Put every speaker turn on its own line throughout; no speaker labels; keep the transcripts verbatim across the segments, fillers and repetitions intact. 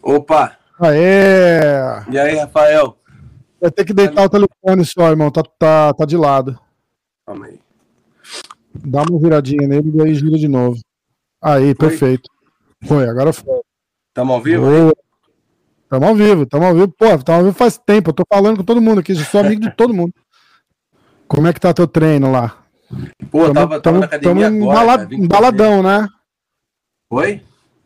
Opa!
Aê!
E aí, Rafael?
Vai ter que deitar o telefone só, irmão. Tá, tá, tá de lado.
Calma aí.
Dá uma viradinha nele e aí gira de novo. Aí,
Foi?
perfeito. Foi, agora foi.
Tamo ao vivo?
Boa. Tamo ao vivo, tamo ao vivo. Pô, tamo ao vivo faz tempo. Eu tô falando com todo mundo aqui. Eu sou amigo de todo mundo. Como é que tá teu treino lá?
Pô,
tamo,
tava, tava
tamo,
na academia
tamo
agora.
embala,
Cara.
embaladão, né?
Oi?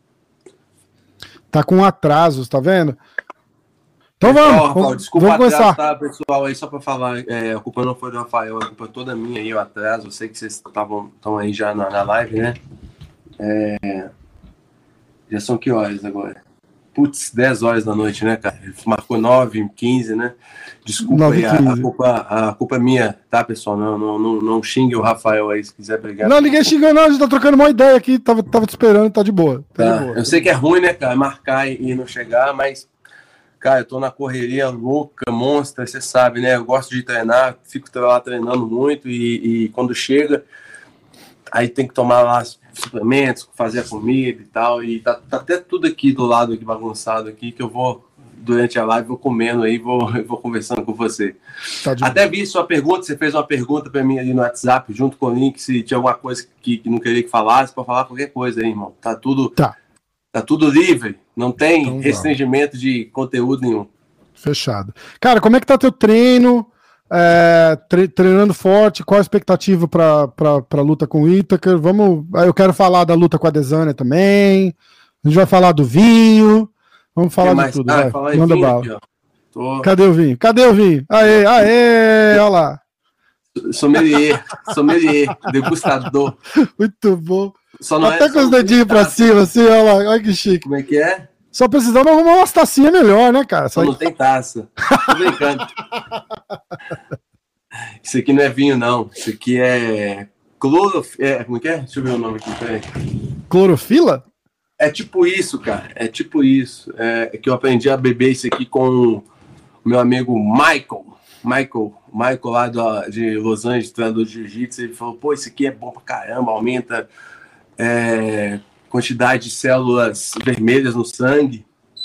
Tá com atrasos, tá vendo? Então
Pessoal,
vamos,
Rafael,
vamos,
desculpa
vamos
o atraso,
começar.
tá, pessoal? Aí só pra falar, é, a culpa não foi do Rafael, a culpa é toda minha aí, o atraso. Eu sei que vocês estavam aí já na, na live, né? É, já são que horas agora? Putz, dez horas da noite, né, cara? Marcou nove, quinze, né? Desculpa
nove,
aí, a, a, culpa, a culpa é minha, tá, pessoal? Não, não, não, não xingue o Rafael aí, se quiser brigar.
Não, ninguém xingou, não. A gente tá trocando uma ideia aqui. Tava, tava te esperando, tá de boa. Tá
Tá.
de boa
Eu sei que é ruim, né, cara, marcar e não chegar, mas, cara, eu tô na correria louca, monstra, você sabe, né? Eu gosto de treinar, fico lá treinando muito e, e quando chega, aí tem que tomar lá suplementos, fazer a comida e tal, e tá, tá até tudo aqui do lado, aqui bagunçado aqui, que eu vou, durante a live, vou comendo aí, vou, vou conversando com você. Tá até boa. Vi sua pergunta, você fez uma pergunta para mim ali no WhatsApp, junto com o link, se tinha alguma coisa que, que não queria que falasse, para falar qualquer coisa aí, irmão. Tá tudo,
tá.
Tá tudo livre, não tem
então,
restringimento de conteúdo nenhum.
Fechado. Cara, como é que tá teu treino? É, tre treinando forte, qual a expectativa para a luta com o Itaker? Vamos, eu quero falar da luta com a Desânia também. A gente vai falar do vinho. Vamos falar de tudo.
Ah,
vai.
falar
Manda
vinho
bala.
aqui, ó. Tô...
Cadê o vinho? Cadê o vinho? Aê, aê, olha lá.
Sommelier, sommelier, degustador.
Muito bom.
Só não
Até
é,
com os dedinhos pra cima, assim, olha lá, olha que chique.
Como é que é?
Só precisamos arrumar umas tacinhas melhor, né, cara?
Só não tem taça. Tô brincando. Isso aqui não é vinho, não. Isso aqui é clorofila. É, como é que é? Deixa eu ver o nome aqui, peraí.
Clorofila?
É tipo isso, cara. É tipo isso. É que eu aprendi a beber isso aqui com o meu amigo Michael. Michael, Michael lá do, de Los Angeles, treinador de jiu-jitsu. Ele falou, pô, isso aqui é bom pra caramba, aumenta... É, quantidade de células vermelhas no sangue,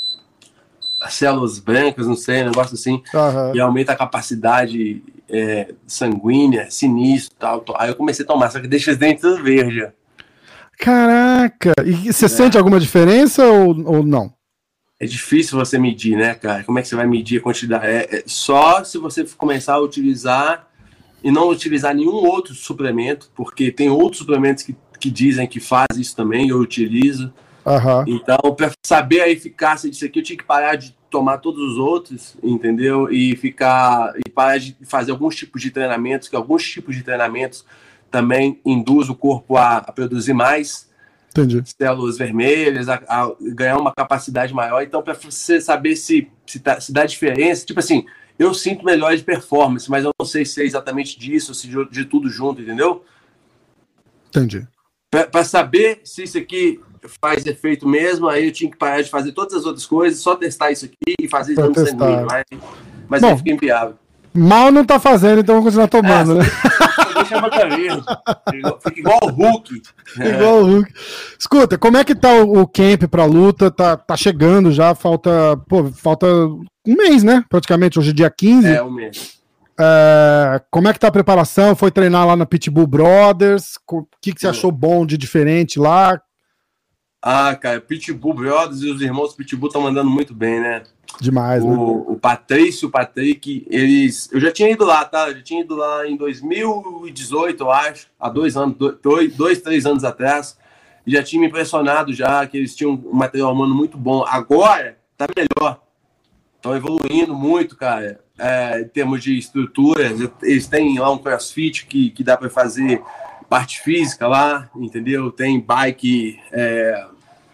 as células brancas, não sei, um negócio assim, uhum. E aumenta a capacidade é, sanguínea, sinistro, tal, tal. Aí eu comecei a tomar, só que deixa os dentes tudo verde.
Caraca! E você é. sente alguma diferença ou, ou não?
É difícil você medir, né, cara? Como é que você vai medir a quantidade? É, é só se você começar a utilizar e não utilizar nenhum outro suplemento, porque tem outros suplementos que que dizem que faz isso também, eu utilizo. Uhum. Então, para saber a eficácia disso aqui, eu tinha que parar de tomar todos os outros, entendeu? E ficar e parar de fazer alguns tipos de treinamentos, que alguns tipos de treinamentos também induz o corpo a, a produzir mais
Entendi.
Células vermelhas, a, a ganhar uma capacidade maior. Então, para você saber se, se, tá, se dá diferença, tipo assim, eu sinto melhor de performance, mas eu não sei se é exatamente disso, se de, de tudo junto, entendeu?
Entendi.
Para saber se isso aqui faz efeito mesmo, aí eu tinha que parar de fazer todas as outras coisas, só testar isso aqui e fazer exame sanguíneo. Mas, mas
Bom,
aí fica inviável.
Mal não tá fazendo, então vamos continuar tomando,
é,
né?
Deixa a boca verde. Fica igual o Hulk.
Igual o Hulk. Escuta, como é que tá o, o camp pra luta? Tá, tá chegando já, falta, pô, falta um mês, né? Praticamente, hoje é dia quinze.
É, um mês.
É, como é que tá a preparação? Foi treinar lá na Pitbull Brothers? O que, que você achou bom de diferente lá?
Ah, cara, Pitbull Brothers e os irmãos Pitbull estão mandando muito bem, né?
Demais,
o,
né?
O Patrício, o Patrick, eles... Eu já tinha ido lá, tá? Eu já tinha ido lá em dois mil e dezoito, eu acho, há dois anos, dois, dois, três anos atrás, e já tinha me impressionado já, que eles tinham um material humano muito bom. Agora, tá melhor. Estão evoluindo muito, cara. É, em termos de estrutura, eles têm lá um crossfit que, que dá para fazer parte física lá, entendeu? Tem bike, é...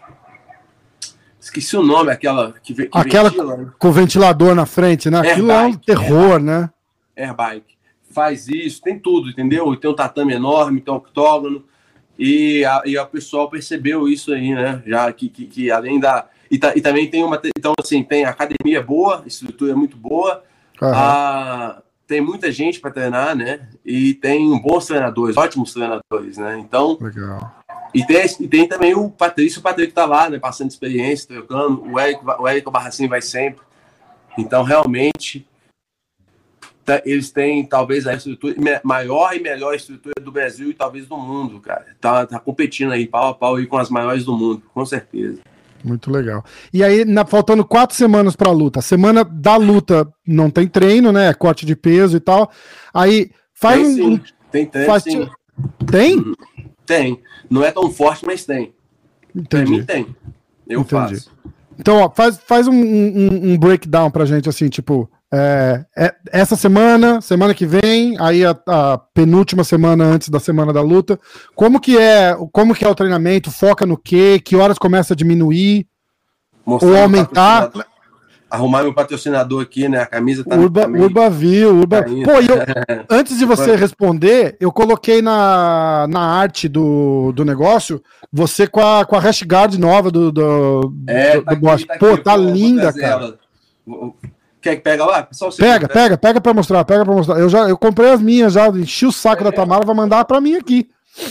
esqueci o nome, aquela que, que
aquela ventila, com ventilador na frente, né? Aquilo bike, é um terror,
air
né?
Airbike. Faz isso, tem tudo, entendeu? Tem um tatame enorme, tem um octógono, e a, e a pessoal percebeu isso aí, né? Já que, que, que além da... E, ta, e também tem uma... Então, assim, tem academia boa, estrutura muito boa, uhum. a, tem muita gente para treinar, né? E tem bons treinadores, ótimos treinadores, né? Então,
legal.
E tem, e tem também o Patrício, o Patrick tá lá, né, passando experiência, trocando, o Érico, o Érico Barracin vai sempre. Então, realmente, tá, eles têm talvez a estrutura, maior e melhor estrutura do Brasil e talvez do mundo, cara. Tá, tá competindo aí, pau a pau, aí com as maiores do mundo, com certeza.
Muito legal. E aí, na, faltando quatro semanas pra luta, a semana da luta não tem treino, né, corte de peso e tal, aí faz
tem,
um...
Sim. Tem treino,
faz,
sim.
Tem?
Tem. Não é tão forte, mas tem.
Entendi.
Pra mim tem. Eu
Entendi.
faço.
Então, ó, faz, faz um, um, um breakdown pra gente, assim, tipo, é, é, essa semana, semana que vem, aí a, a penúltima semana antes da semana da luta, como que é, como que é o treinamento, foca no quê, que horas começa a diminuir,
Mostrar
ou aumentar...
Arrumar meu patrocinador aqui, né? A camisa tá
Urba,
também...
Urbaville, Urba... Pô, eu, antes de você responder, eu coloquei na, na arte do, do negócio você com a, com a hashguard nova do, do,
é,
do,
tá
do
aqui, tá
Pô,
aqui,
tá
pô,
linda, cara.
Ela. Quer que pega lá? Pessoal,
pega, pega, pega, pega pra mostrar, pega pra mostrar. Eu, já, eu comprei as minhas já, enchi o saco é, da Tamara, vai mandar pra mim aqui.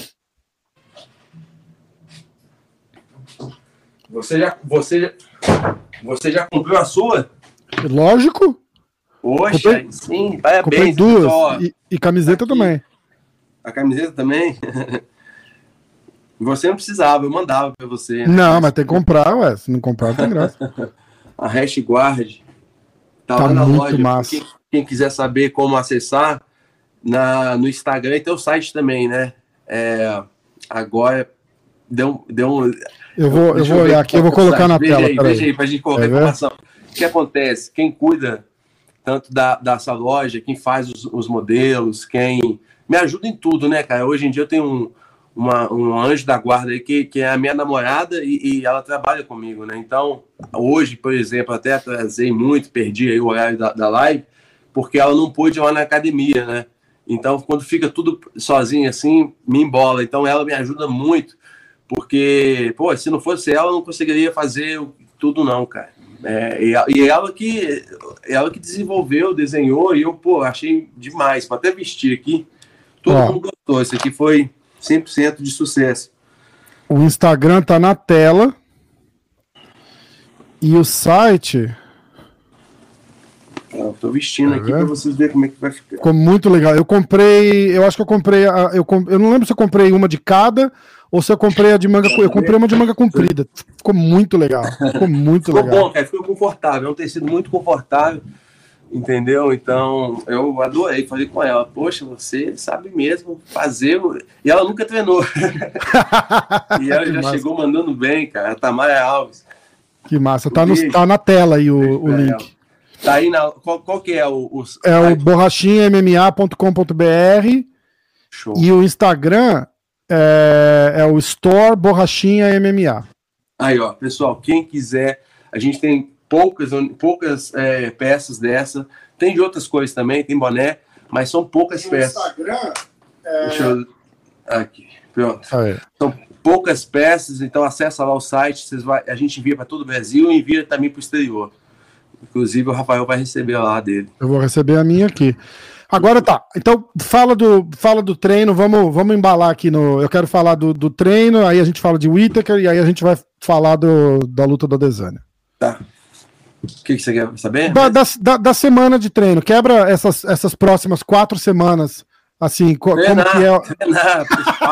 Você já, você já, você já comprou a sua?
Lógico.
Poxa,
comprei,
sim, parabéns.
Comprei duas pessoal, e, e camiseta aqui. Também.
A camiseta também? Você não precisava, eu mandava pra você. Né?
Não, mas tem que comprar, ué. Se não comprar, não tem graça.
A Hashguard tá,
tá
lá na
muito
loja.
Massa.
Quem, quem quiser saber como acessar, na, no Instagram e tem o site também, né? É, agora deu, deu um.
Eu vou, eu vou eu olhar aqui, eu vou colocar na
veja
tela.
Aí, veja aí, pra gente colocar é informação. O que acontece? Quem cuida tanto da, dessa loja, quem faz os, os modelos, quem me ajuda em tudo, né, cara? Hoje em dia eu tenho um, uma, um anjo da guarda aí que, que é a minha namorada e, e ela trabalha comigo, né? Então, hoje, por exemplo, até atrasei muito, perdi aí o horário da, da live, porque ela não pôde ir lá na academia, né? Então, quando fica tudo sozinho assim, me embola. Então, ela me ajuda muito, porque, pô, se não fosse ela, eu não conseguiria fazer tudo não, cara. É, e ela que, ela que desenvolveu, desenhou, e eu, pô, achei demais. Vou até vestir aqui. Todo Ó, mundo gostou. Isso aqui foi cem por cento de sucesso.
O Instagram tá na tela. E o site...
Eu tô vestindo tá aqui para vocês verem como é que vai ficar.
Ficou muito legal. Eu comprei, eu acho que eu comprei, a, eu, eu não lembro se eu comprei uma de cada ou se eu comprei a de manga, eu comprei uma de manga comprida. Ficou muito legal. Ficou muito
ficou
legal.
Bom, cara, ficou confortável, é um tecido muito confortável, entendeu? Então, eu adorei, falei com ela, poxa, você sabe mesmo fazer, e ela nunca treinou. E ela já massa. Chegou mandando bem, cara, a Tamara Alves.
Que massa, tá, no, tá na tela aí o, o link.
Ela. Tá aí na. Qual, qual que é o. o
é o borrachinha m m a ponto com ponto b r. Show. E o Instagram é, é o Store Borrachinha M M A.
Aí, ó, pessoal, quem quiser, a gente tem poucas, poucas é, peças dessa. Tem de outras coisas também, tem boné, mas são poucas e peças. O Instagram. É... Deixa eu. Aqui, pronto. Aí. São poucas peças, então acessa lá o site. Vocês vai, a gente envia para todo o Brasil e envia também para o exterior. Inclusive o Rafael vai receber lá dele.
Eu vou receber a minha aqui. Agora tá, então fala do, fala do treino, vamos, vamos embalar aqui no... Eu quero falar do, do treino, aí a gente fala de Whittaker e aí a gente vai falar do, da luta da Adesanya.
Tá. O que, que você quer saber?
Da, da, da, da semana de treino, quebra essas, essas próximas quatro semanas, assim, co,
treinar,
como que é...
Treinar,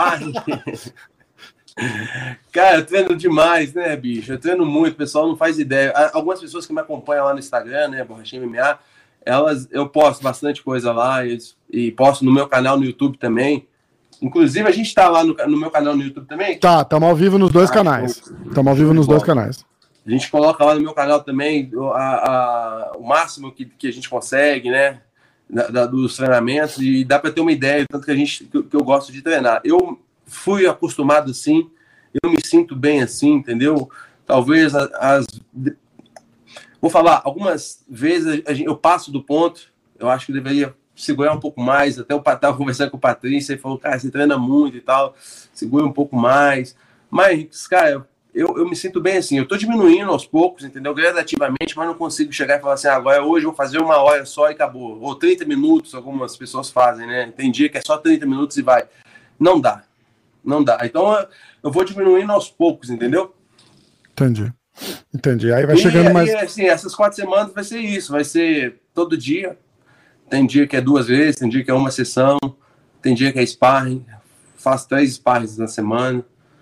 cara, eu treino demais, né, bicho? Eu treino muito, o pessoal não faz ideia. Algumas pessoas que me acompanham lá no Instagram, né, Borrachinha M M A, elas, eu posto bastante coisa lá e, e posto no meu canal no YouTube também. Inclusive, a gente tá lá no, no meu canal no YouTube também?
Tá, estamos ao vivo nos dois ah, canais. Estamos ao vivo nos bom. dois canais.
A gente coloca lá no meu canal também a, a, o máximo que, que a gente consegue, né, da, da, dos treinamentos, e dá para ter uma ideia, tanto que, a gente, que, que eu gosto de treinar. Eu fui acostumado assim, eu me sinto bem assim, entendeu? Talvez as... Vou falar, algumas vezes a gente, eu passo do ponto, eu acho que deveria segurar um pouco mais, até eu estava conversando com o Patrícia, ele falou, cara, você treina muito e tal, segura um pouco mais, mas, cara, eu, eu me sinto bem assim, eu estou diminuindo aos poucos, entendeu? Gradativamente, mas não consigo chegar e falar assim, ah, agora hoje eu vou fazer uma hora só e acabou, ou trinta minutos, algumas pessoas fazem, né? Tem dia que é só trinta minutos e vai. Não dá. não dá. Então eu vou diminuindo aos poucos, entendeu?
Entendi. Entendi. Aí vai
e,
chegando mais.
E, assim, essas quatro semanas vai ser isso, vai ser todo dia. Tem dia que é duas vezes, tem dia que é uma sessão, tem dia que é sparring. Faço três sparrings na semana.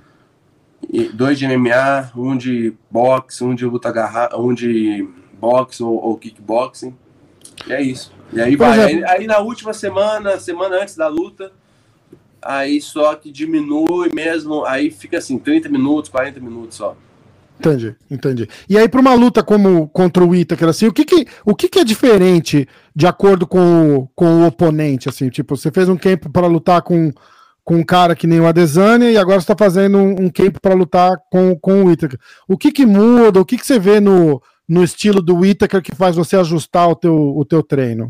E dois de M M A, um de boxe, um de luta agarrada, um de boxe ou, ou kickboxing. E é isso. E aí vai. Aí, aí na última semana, semana antes da luta, aí só que diminui mesmo, aí fica assim, trinta minutos, quarenta minutos só.
Entendi, entendi. E aí para uma luta como contra o Whittaker, assim, o que que, o que que é diferente de acordo com o, com o oponente, assim, tipo, você fez um camp para lutar com, com um cara que nem o Adesanya e agora você está fazendo um, um camp para lutar com, com o Whittaker. O que que muda, o que que você vê no, no estilo do Whittaker que faz você ajustar o teu, o teu treino?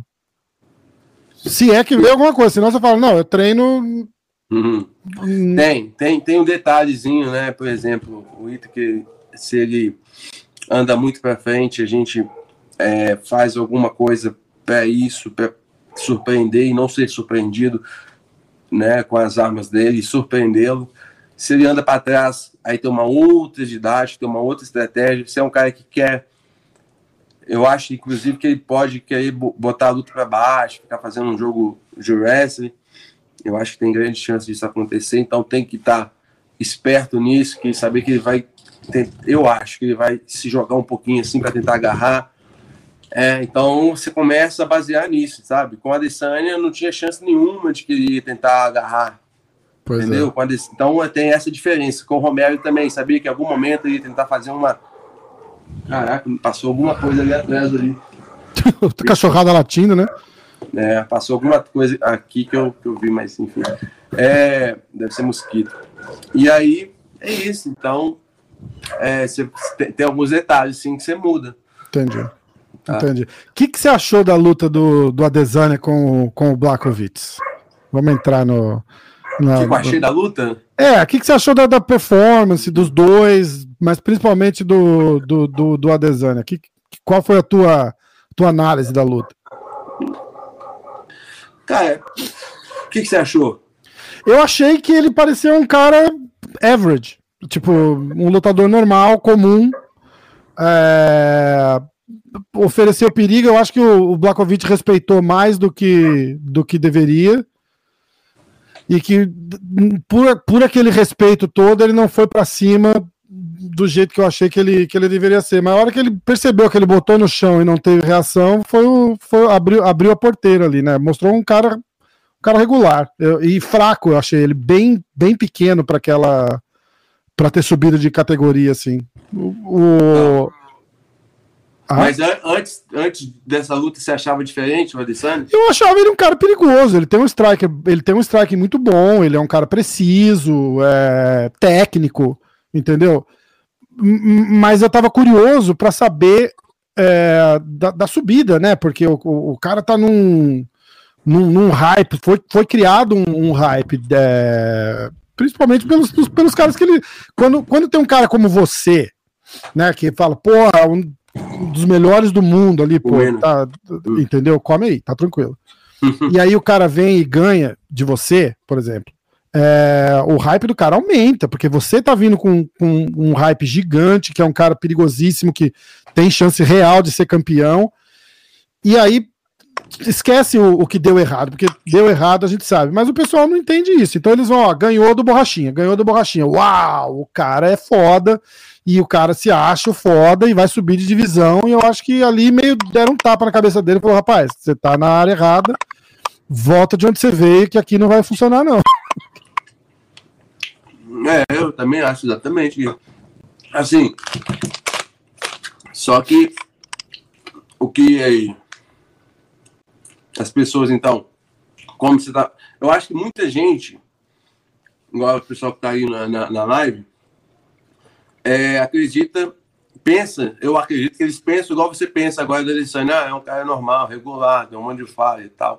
Se é que vê alguma coisa, senão você fala, não, eu treino...
Uhum. Hum... Tem, tem, tem um detalhezinho, né, por exemplo, o Whittaker, se ele anda muito para frente, a gente é, faz alguma coisa para isso, para surpreender e não ser surpreendido, né, com as armas dele, e surpreendê-lo. Se ele anda para trás, aí tem uma outra didática, tem uma outra estratégia. Se é um cara que quer, eu acho, inclusive, que ele pode querer botar a luta para baixo, ficar fazendo um jogo de wrestling. Eu acho que tem grande chance disso acontecer, então tem que estar esperto nisso, que saber que ele vai, eu acho que ele vai se jogar um pouquinho assim para tentar agarrar. É, então você começa a basear nisso, sabe? Com a Adesanya não tinha chance nenhuma de que ele ia tentar agarrar, pois entendeu? É. Então tem essa diferença. Com o Romero também, sabia que em algum momento ele ia tentar fazer uma... Caraca, passou alguma coisa ali atrás ali.
Cachorrada latindo, né?
É, passou alguma coisa aqui que eu, que eu vi, mas enfim. É, deve ser mosquito. E aí, é isso. Então, é, você tem, tem alguns detalhes, sim, que você muda.
Entendi. Tá. Entendi. O que, que você achou da luta do, do Adesanya com, com o Blachowicz? Vamos entrar no...
O que eu achei da luta?
É, o que, que você achou da, da performance dos dois, mas principalmente do, do, do, do Adesanya? Que, qual foi a tua, tua análise da luta?
Cara, o que, que você achou?
Eu achei que ele parecia um cara average, tipo, um lutador normal, comum, é... ofereceu perigo. Eu acho que o, o Blachowicz respeitou mais do que, do que deveria, e que por, por aquele respeito todo ele não foi para cima do jeito que eu achei que ele, que ele deveria ser. Mas a hora que ele percebeu que ele botou no chão e não teve reação, foi, o, foi abriu, abriu a porteira ali, né? Mostrou um cara, um cara regular eu, e fraco. Eu achei ele bem, bem pequeno para aquela, para ter subido de categoria assim. O, o...
Ah. Mas antes, antes dessa luta você achava diferente o Adesanya?
Eu achava ele um cara perigoso. Ele tem um strike, ele tem um strike muito bom. Ele é um cara preciso, é, técnico, entendeu? Mas eu tava curioso para saber é, da, da subida, né? Porque o, o, o cara tá num, num, num hype, foi, foi criado um, um hype, é, principalmente pelos, pelos caras que ele. Quando, quando tem um cara como você, né, que fala, porra, um, um dos melhores do mundo ali, pô, tá, entendeu? Come aí, tá tranquilo. E aí o cara vem e ganha de você, por exemplo. É, o hype do cara aumenta, porque você tá vindo com, com um hype gigante, que é um cara perigosíssimo, que tem chance real de ser campeão, e aí esquece o, o que deu errado, porque deu errado a gente sabe, mas o pessoal não entende isso, então eles vão, ó, ganhou do Borrachinha, ganhou do Borrachinha, uau, o cara é foda, e o cara se acha foda e vai subir de divisão, e eu acho que ali meio deram um tapa na cabeça dele e falou, rapaz, você tá na área errada, volta de onde você veio, que aqui não vai funcionar não.
É, eu também acho exatamente. Assim, só que o que aí as pessoas, então, como você tá... Eu acho que muita gente, igual o pessoal que tá aí na, na, na live, é, acredita, pensa, eu acredito que eles pensam igual você pensa agora da Adesanya, ah, é um cara normal, regular, tem um monte de falha e tal.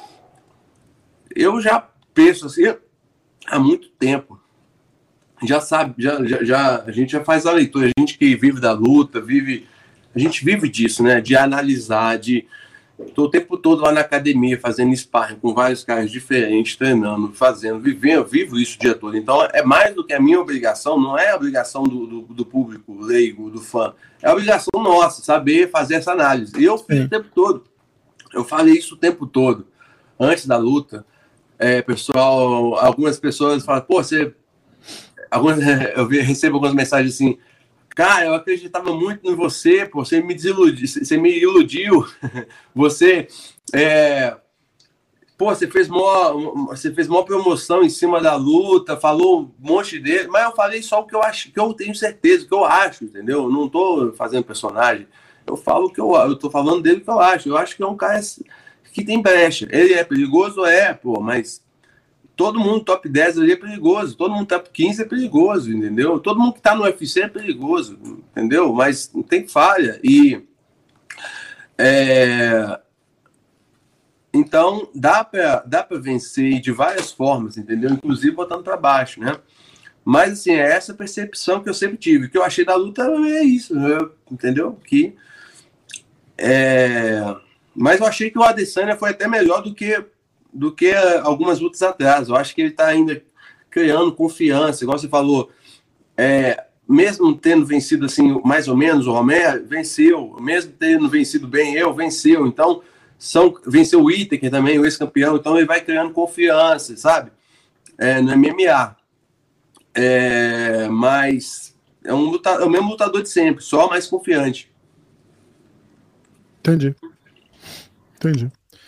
Eu já penso assim há muito tempo. Já sabe, já, já, já, a gente já faz a leitura, a gente que vive da luta, vive, a gente vive disso, né? De analisar, de, Estou o tempo todo lá na academia, fazendo sparring com vários caras diferentes, treinando, fazendo, vivendo, vivo isso o dia todo. Então, é mais do que a minha obrigação, não é a obrigação do, do, do público leigo, do fã. É a obrigação nossa, saber fazer essa análise. E eu fiz Sim. o tempo todo. Eu falei isso o tempo todo. Antes da luta, é, pessoal, algumas pessoas falam, pô, você... Algumas, eu recebo algumas mensagens assim, cara, eu acreditava muito em você, pô, você me desiludiu, você me iludiu, você, é, pô, você fez mó, você fez mó promoção em cima da luta, falou um monte dele, mas eu falei só o que eu acho, que eu tenho certeza, o que eu acho, entendeu? Eu não tô fazendo personagem, eu falo o que eu, eu tô falando dele o que eu acho, eu acho que é um cara que tem brecha, ele é perigoso, é, pô, mas todo mundo top dez ali é perigoso, todo mundo top quinze é perigoso, entendeu? Todo mundo que tá no U F C é perigoso, entendeu? Mas não tem falha. E é, então dá para dá para vencer de várias formas, entendeu? Inclusive botando para baixo, né? Mas assim, é essa percepção que eu sempre tive. O que eu achei da luta é isso, né? Entendeu? Que é, mas eu achei que o Adesanya foi até melhor do que do que algumas lutas atrás. Eu acho que ele está ainda criando confiança, igual você falou, é, mesmo tendo vencido assim, mais ou menos, o Romero venceu, mesmo tendo vencido bem eu, venceu, então são, venceu o Whittaker também, o ex-campeão, então ele vai criando confiança, sabe, é, no M M A, é, mas é, um lutador, é o mesmo lutador de sempre, só mais confiante.
Entendi. Entendi.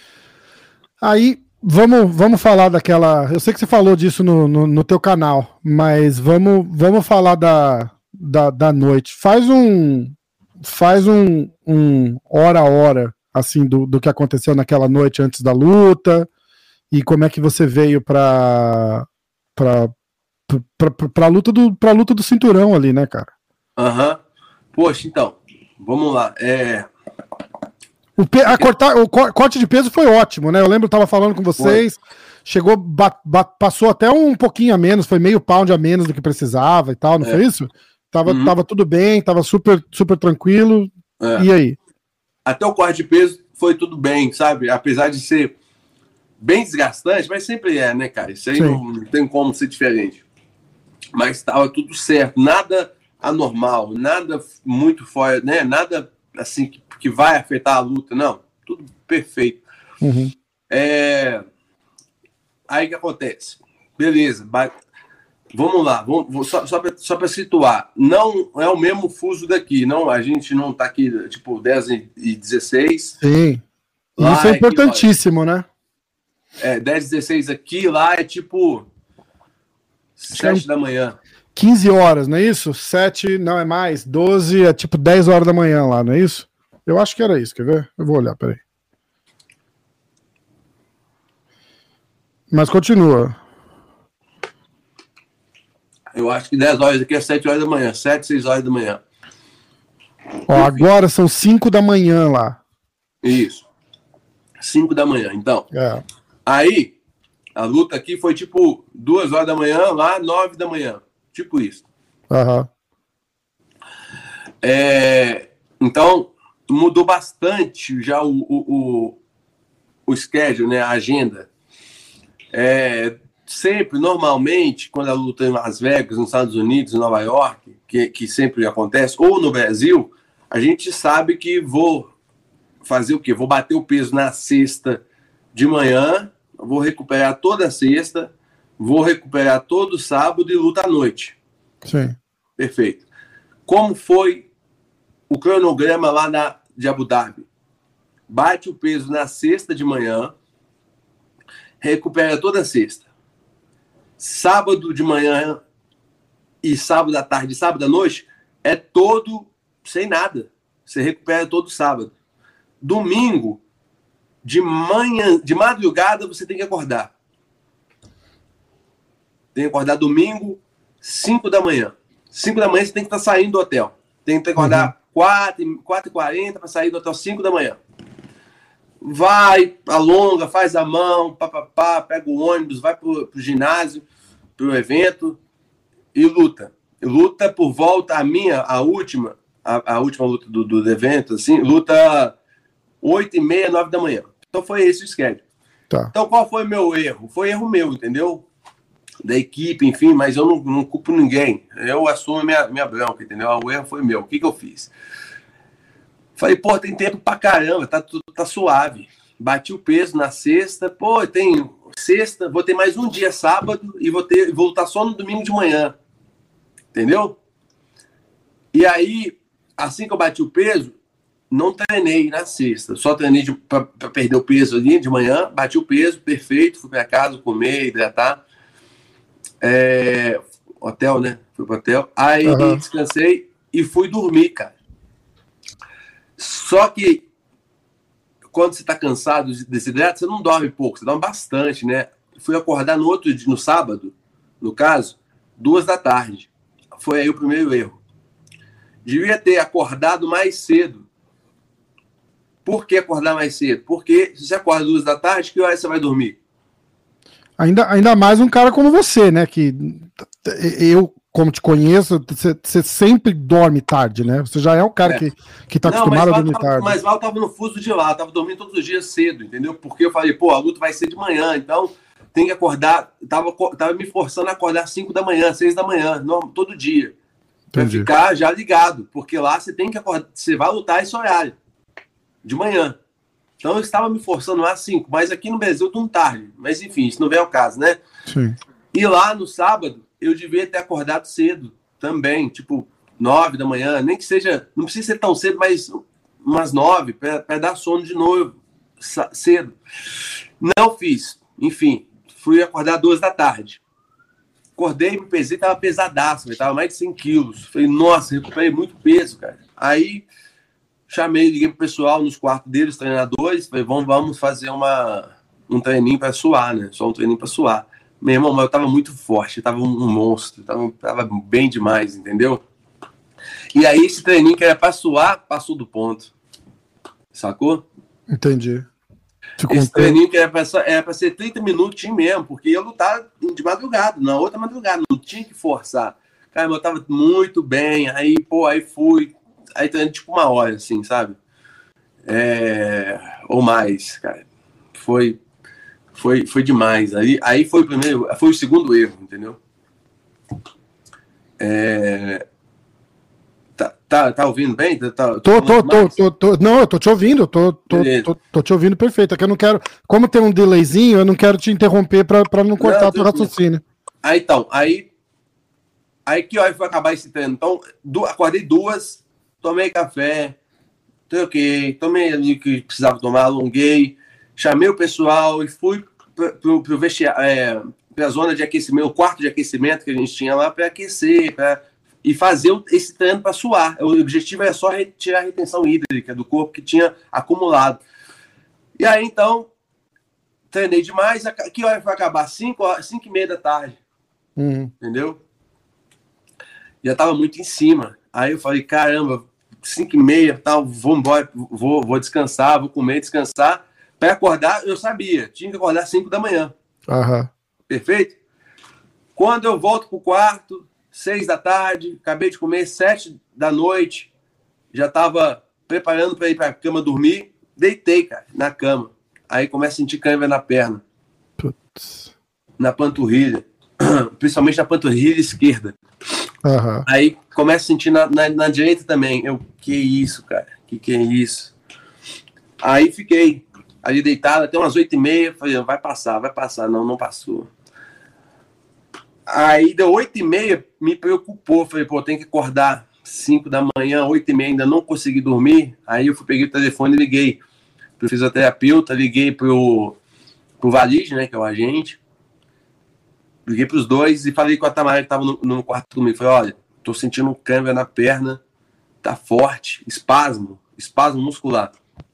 Aí, Vamos, vamos falar daquela... Eu sei que você falou disso no, no, no teu canal, mas vamos, vamos falar da, da, da noite. Faz um... Faz um, um hora a hora, assim, do, do que aconteceu naquela noite antes da luta, e como é que você veio pra... pra, pra, pra, pra, luta, do, pra luta do cinturão ali, né, cara?
Aham. Uhum. Poxa, então, vamos lá. É...
O, pe... a cortar... o corte de peso foi ótimo, né? Eu lembro que eu tava falando com vocês, foi. chegou, bat... Bat... passou até um pouquinho a menos, foi meio pound a menos do que precisava e tal, não é. foi isso? Tava, uhum. tava tudo bem, tava super, super tranquilo. É. E aí?
Até o corte de peso foi tudo bem, sabe? Apesar de ser bem desgastante, mas sempre é, né, cara? Isso aí não, não tem como ser diferente. Mas tava tudo certo, nada anormal, nada muito fora, né? Nada assim que que vai afetar a luta, não, tudo perfeito.
Uhum.
É... Aí o que acontece? Beleza, vai... vamos lá, vamos... só, só para só situar, não é o mesmo fuso daqui, não, a gente não tá aqui, tipo, dez e dezesseis.
Sim, lá isso é importantíssimo, aqui, né?
É, dez e dezesseis aqui, lá é tipo sete é da manhã.
quinze horas, não é isso? sete, não é mais, doze, é tipo dez horas da manhã lá, não é isso? Eu acho que era isso, quer ver? Eu vou olhar, peraí. Mas continua.
Eu acho que dez horas aqui é sete horas da manhã. sete, seis horas da manhã.
Ó, agora são cinco da manhã lá.
Isso. cinco da manhã, então.
É.
Aí, a luta aqui foi tipo duas horas da manhã, lá nove da manhã. Tipo isso.
Aham. Uhum.
É, então... mudou bastante já o, o, o, o schedule, né, a agenda. É, sempre, normalmente, quando a luta é em Las Vegas, nos Estados Unidos, em Nova York, que, que sempre acontece, ou no Brasil, a gente sabe que vou fazer o quê? Vou bater o peso na sexta de manhã, vou recuperar toda a sexta, vou recuperar todo sábado e luta à noite.
Sim.
Perfeito. Como foi o cronograma lá na, de Abu Dhabi? Bate o peso na sexta de manhã, recupera toda a sexta. Sábado de manhã e sábado à tarde, sábado à noite, é todo sem nada. Você recupera todo sábado. Domingo, de manhã, de madrugada, você tem que acordar. Tem que acordar domingo, cinco da manhã. cinco da manhã você tem que estar saindo do hotel. Tem que acordar uhum. quatro e quarenta para sair do hotel cinco da manhã. Vai, alonga, faz a mão, pá, pá, pá, pega o ônibus, vai pro, pro ginásio, pro evento e luta. Luta por volta, a minha, a última, a, a última luta do, do evento, assim, luta oito e meia, nove da manhã. Então foi esse o schedule.
Tá.
Então qual foi o meu erro? Foi erro meu, entendeu? Da equipe, enfim, mas eu não, não culpo ninguém. Eu assumo minha, minha bronca, entendeu? O erro foi meu. O que que eu fiz? Falei, pô, tem tempo pra caramba, tá, tá suave. Bati o peso na sexta, pô, tem sexta, vou ter mais um dia sábado e vou ter, vou lutar só no domingo de manhã. Entendeu? E aí, assim que eu bati o peso, não treinei na sexta, só treinei para perder o peso ali de manhã, bati o peso, perfeito, fui para casa, comer, hidratar. É, hotel, né? Fui pro hotel. Aí uhum. descansei e fui dormir, cara. Só que quando você tá cansado, desidratado, você não dorme pouco, você dorme bastante, né? Fui acordar no outro dia, no sábado, no caso, duas da tarde. Foi aí o primeiro erro. Devia ter acordado mais cedo. Por que acordar mais cedo? Porque se você acorda duas da tarde, que hora você vai dormir?
Ainda, ainda mais um cara como você, né? Que eu, como te conheço, você, você sempre dorme tarde, né? Você já é o cara é. que, que tá Não, acostumado a dormir
tava,
tarde.
Mas lá eu tava no fuso de lá, eu tava dormindo todos os dias cedo, entendeu? Porque eu falei, pô, a luta vai ser de manhã, então tem que acordar. Tava, tava me forçando a acordar cinco da manhã, seis da manhã, não, todo dia. Pra Entendi. Ficar já ligado, porque lá você tem que acordar, você vai lutar esse horário, de manhã. Então eu estava me forçando lá às cinco, mas aqui no Brasil eu tô tarde. Mas enfim, isso não vem ao caso, né?
Sim.
E lá no sábado, eu devia ter acordado cedo também, tipo nove da manhã, nem que seja, não precisa ser tão cedo, mas umas nove, para dar sono de novo, cedo. Não fiz, enfim, fui acordar duas da tarde. Acordei, me pesei, tava pesadaço, tava mais de cem quilos. Falei, nossa, recuperei muito peso, cara. Aí chamei, liguei pro pessoal nos quartos deles, treinadores, falei, vamos, vamos fazer uma, um treininho para suar, né? Só um treininho para suar. Meu irmão, mas eu tava muito forte, eu tava um, um monstro, tava, tava bem demais, entendeu? E aí esse treininho que era para suar, passou do ponto. Sacou?
Entendi.
Ficou esse treininho que era pra, era pra ser trinta minutinhos mesmo, porque ia lutar de madrugada, na outra madrugada, não tinha que forçar. Cara, eu tava muito bem, aí, pô, aí fui, aí treinei tipo uma hora, assim, sabe? É, ou mais, cara. Foi, foi, foi demais. Aí, aí foi o primeiro, foi o segundo erro, entendeu? É... Tá, tá, tá ouvindo bem? Tá, tô,
tô, tô, tô, tô, tô, não, eu tô te ouvindo, tô, tô, tô, tô te ouvindo perfeito. É que eu não quero, como tem um delayzinho, eu não quero te interromper pra, pra não cortar o teu raciocínio.
Aí então, aí, aí que hora foi acabar esse treino? Então, du, acordei duas, tomei café, troquei, tomei ali que precisava tomar, alonguei, chamei o pessoal e fui pro, pro, pro vestiário, é, pra zona de aquecimento, o quarto de aquecimento que a gente tinha lá para aquecer, para e fazer esse treino para suar. O objetivo era só retirar a retenção hídrica do corpo que tinha acumulado. E aí, então, treinei demais. Que hora vai acabar? cinco e meia da tarde.
Uhum.
Entendeu? Já estava muito em cima. Aí eu falei, caramba, cinco e meia, tal, vou embora, vou, vou descansar, vou comer, descansar. Para acordar, eu sabia, tinha que acordar cinco da manhã.
Uhum.
Perfeito? Quando eu volto pro quarto, seis da tarde, acabei de comer, sete da noite, já estava preparando para ir para a cama dormir, deitei, cara, na cama. Aí começo a sentir cãibra na perna.
Putz.
Na panturrilha, principalmente na panturrilha esquerda.
Uhum.
Aí começo a sentir na, na, na direita também. Eu, que isso, cara, que que é isso? Aí fiquei ali deitado até umas oito e meia, falei, vai passar, vai passar. Não, não passou. Aí deu oito e meia, me preocupou. Falei, pô, tem que acordar cinco da manhã, oito e meia, ainda não consegui dormir. Aí eu fui, peguei o telefone e liguei pro fisioterapeuta, liguei pro, pro Valide, né, que é o agente. Liguei pros dois e falei com a Tamara que tava no, no quarto comigo. Falei, olha, tô sentindo um câimbra na perna, tá forte, espasmo, espasmo muscular.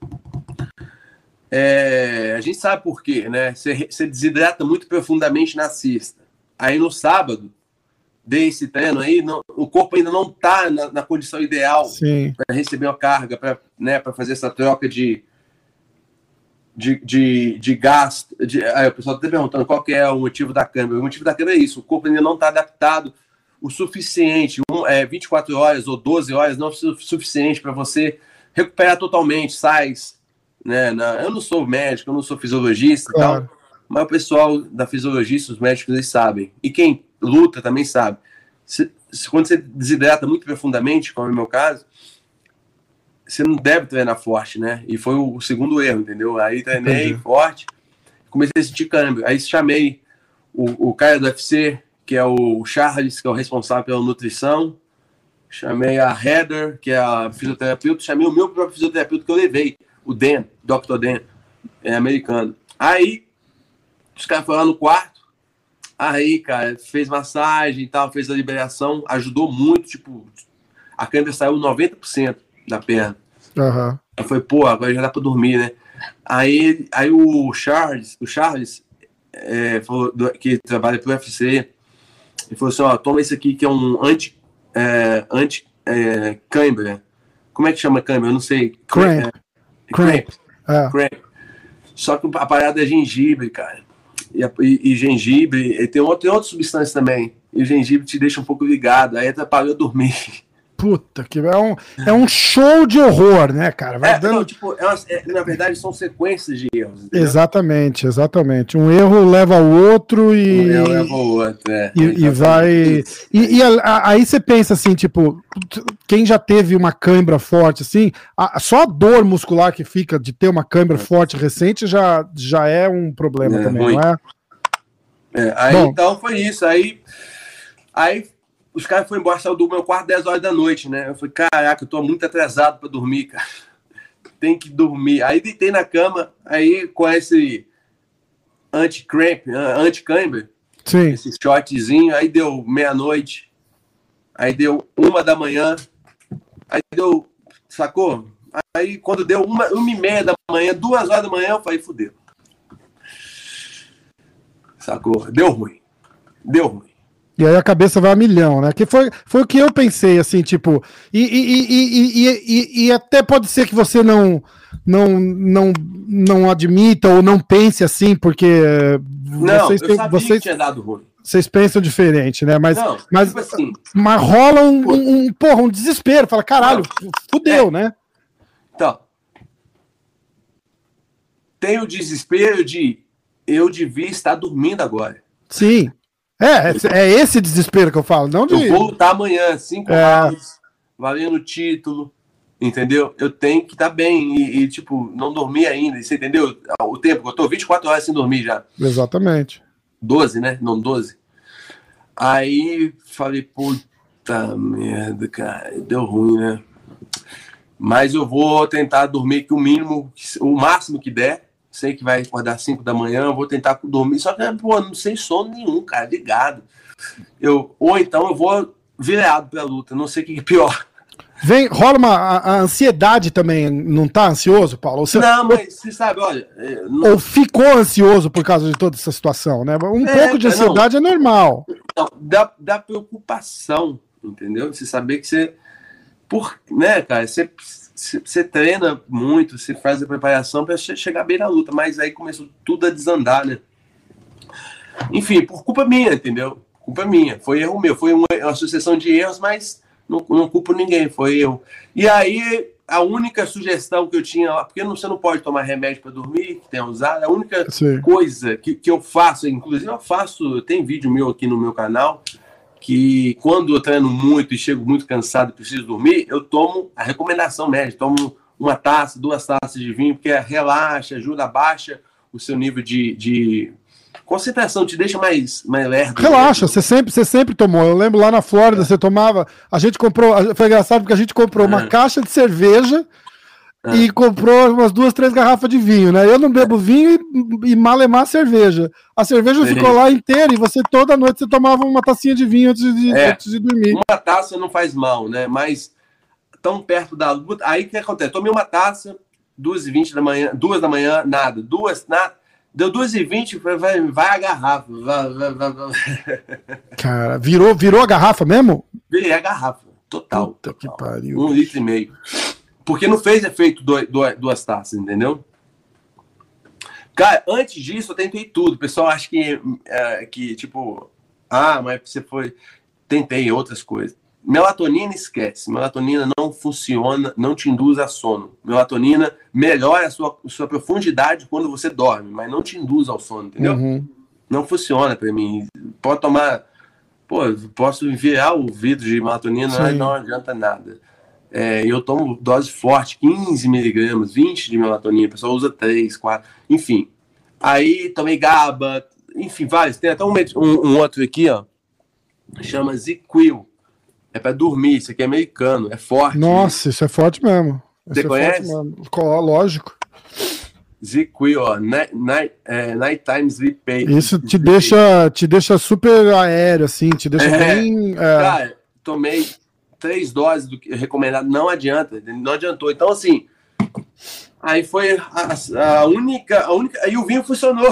É, a gente sabe por quê, né? Você, você desidrata muito profundamente na sexta. Aí no sábado, dei esse treino aí, não, o corpo ainda não está na, na condição ideal para receber uma carga, para, né, para fazer essa troca de, de, de, de gasto. De, aí o pessoal está perguntando qual que é o motivo da câimbra. O motivo da câimbra é isso, o corpo ainda não está adaptado o suficiente, um, é, vinte e quatro horas ou doze horas não é suficiente para você recuperar totalmente sais, né? Na, eu não sou médico, eu não sou fisiologista claro. e tal, mas o pessoal da fisiologista, os médicos, eles sabem. E quem luta também sabe. Se, se, quando você desidrata muito profundamente, como é o meu caso, você não deve treinar forte, né? E foi o, o segundo erro, entendeu? Aí treinei Entendi. forte, comecei a sentir câmbio. Aí chamei o, o cara do U F C, que é o Charles, que é o responsável pela nutrição. Chamei a Heather, que é a fisioterapeuta. Chamei o meu próprio fisioterapeuta que eu levei, o Dan, doutor Dan, é americano. Aí, os caras foram lá no quarto. Aí, cara, fez massagem e tal, fez a liberação. Ajudou muito, tipo, a câmera saiu noventa por cento da perna.
Uhum.
Eu falei, pô, agora já dá pra dormir, né? Aí, aí o Charles, o Charles é, falou, que trabalha pro U F C, ele falou assim, ó, toma esse aqui que é um anti É, anti é, câimbra. Como é que chama câimbra? Eu não sei.
Cramp.
É, cramp. É. Cramp. Só que a parada é gengibre, cara. E, e, e gengibre, e tem, outro, tem outras substâncias também. E o gengibre te deixa um pouco ligado, aí atrapalha eu dormir.
Puta, que é um, é um show de horror, né, cara? Vai
é,
dando...
não, tipo, é uma, é, na verdade, são sequências de erros. Entendeu?
Exatamente, exatamente. Um erro leva ao outro e.
Um erro leva ao outro, é.
E, e vai. E, e a, aí você pensa assim, tipo, quem já teve uma cãibra forte, assim, a, só a dor muscular que fica de ter uma cãibra forte recente já, já é um problema é, também, ruim. Não é?
é aí Bom, então foi isso. Aí. Aí os caras foram embora, saiu do meu quarto dez horas da noite, né? Eu falei, caraca, eu tô muito atrasado pra dormir, cara. Tem que dormir. Aí deitei na cama, aí com esse anti-cramp, anti-camber, esse shortzinho, aí deu meia-noite, aí deu uma da manhã, aí deu, sacou? Aí quando deu uma, uma e meia da manhã, duas horas da manhã, eu falei, fudeu. Sacou? Deu ruim. Deu ruim.
E aí a cabeça vai a milhão, né? Que foi, foi o que eu pensei, assim, tipo... E, e, e, e, e, e até pode ser que você não, não, não, não admita ou não pense assim, porque...
Não,
vocês,
eu sabia
vocês,
que tinha dado ruim.
Vocês pensam diferente, né? Mas,
não,
mas,
tipo assim,
mas rola um, um, um, porra, um desespero. Fala, caralho, não, fudeu, é. né?
Então, tem o desespero de eu devia estar dormindo agora.
Sim. É, é esse desespero que eu falo, não de...
Eu vou lutar amanhã, cinco
é.
rounds, valendo o título, entendeu? Eu tenho que estar bem e, e, tipo, não dormir ainda, você entendeu? O tempo que eu tô vinte e quatro horas sem dormir já.
Exatamente.
doze, né? Não doze. Aí, falei, puta merda, cara, deu ruim, né? Mas eu vou tentar dormir que o mínimo, o máximo que der. Sei que vai acordar cinco da manhã, eu vou tentar dormir, só que, pô, não sem sono nenhum, cara, ligado. Eu, ou então eu vou virado pra luta, não sei o que é pior.
Vem, rola uma a, a ansiedade também, não tá ansioso, Paulo? Você,
não, mas você sabe, olha...
Não... Ou ficou ansioso por causa de toda essa situação, né? Um é, pouco de ansiedade não, é normal.
Não, dá, dá preocupação, entendeu? Você saber que você... Por, né, cara, você... Você treina muito, você faz a preparação para chegar bem na luta, mas aí começou tudo a desandar, né? Enfim, por culpa minha, entendeu? Culpa minha, foi erro meu, foi uma, uma sucessão de erros, mas não, não culpo ninguém, foi erro. E aí, a única sugestão que eu tinha lá, porque você não pode tomar remédio para dormir, que tem usado, a única Sim. coisa que, que eu faço, inclusive eu faço, tem vídeo meu aqui no meu canal, que quando eu treino muito e chego muito cansado e preciso dormir, eu tomo a recomendação médica, tomo uma taça, duas taças de vinho, porque relaxa, ajuda, abaixa o seu nível de, de concentração, te deixa mais, mais lerdo.
Relaxa, você sempre, você sempre tomou. Eu lembro lá na Flórida, é. você tomava, a gente comprou, foi engraçado porque a gente comprou é. uma caixa de cerveja Ah. e comprou umas duas, três garrafas de vinho, né? Eu não bebo vinho e, e malemar cerveja. A cerveja Sim. ficou lá inteira e você toda noite você tomava uma tacinha de vinho antes de,
é,
antes de dormir.
Uma taça não faz mal, né? Mas tão perto da luta. Aí o que acontece? Tomei uma taça, duas e vinte da manhã, duas da manhã, nada. Duas, nada. Deu duas e vinte, vai, vai a garrafa. Vai, vai, vai, vai.
Cara, virou, virou a garrafa mesmo?
Virei a garrafa, total.
Puta
total.
que pariu.
Um litro e meio. Porque não fez efeito dois, dois, duas taças, entendeu? Cara, antes disso eu tentei tudo. O pessoal acha que, é, que tipo, ah, mas você foi... Tentei outras coisas. Melatonina, esquece. Melatonina não funciona, não te induz a sono. Melatonina melhora a sua, a sua profundidade quando você dorme, mas não te induz ao sono, entendeu?
Uhum.
Não funciona pra mim. Pode tomar... Pô, posso enviar o vidro de melatonina, mas não adianta nada. É, eu tomo dose forte, quinze miligramas, vinte de melatonina, a pessoa usa três, quatro, enfim. Aí tomei GABA, enfim, vários. Tem até um, um, um outro aqui, ó, chama ZzzQuil. É pra dormir, isso aqui é americano, é forte.
Nossa, isso é forte mesmo.
Você
isso
conhece?
É forte mesmo. Lógico.
ZzzQuil, ó, night, night, é, Nighttime Sleep Aid.
Isso te deixa, te deixa super aéreo, assim, te deixa
é, bem... É...
Cara,
tomei três doses do que recomendado, não adianta, não adiantou. Então, assim, aí foi a, a única, a única... Aí o vinho funcionou.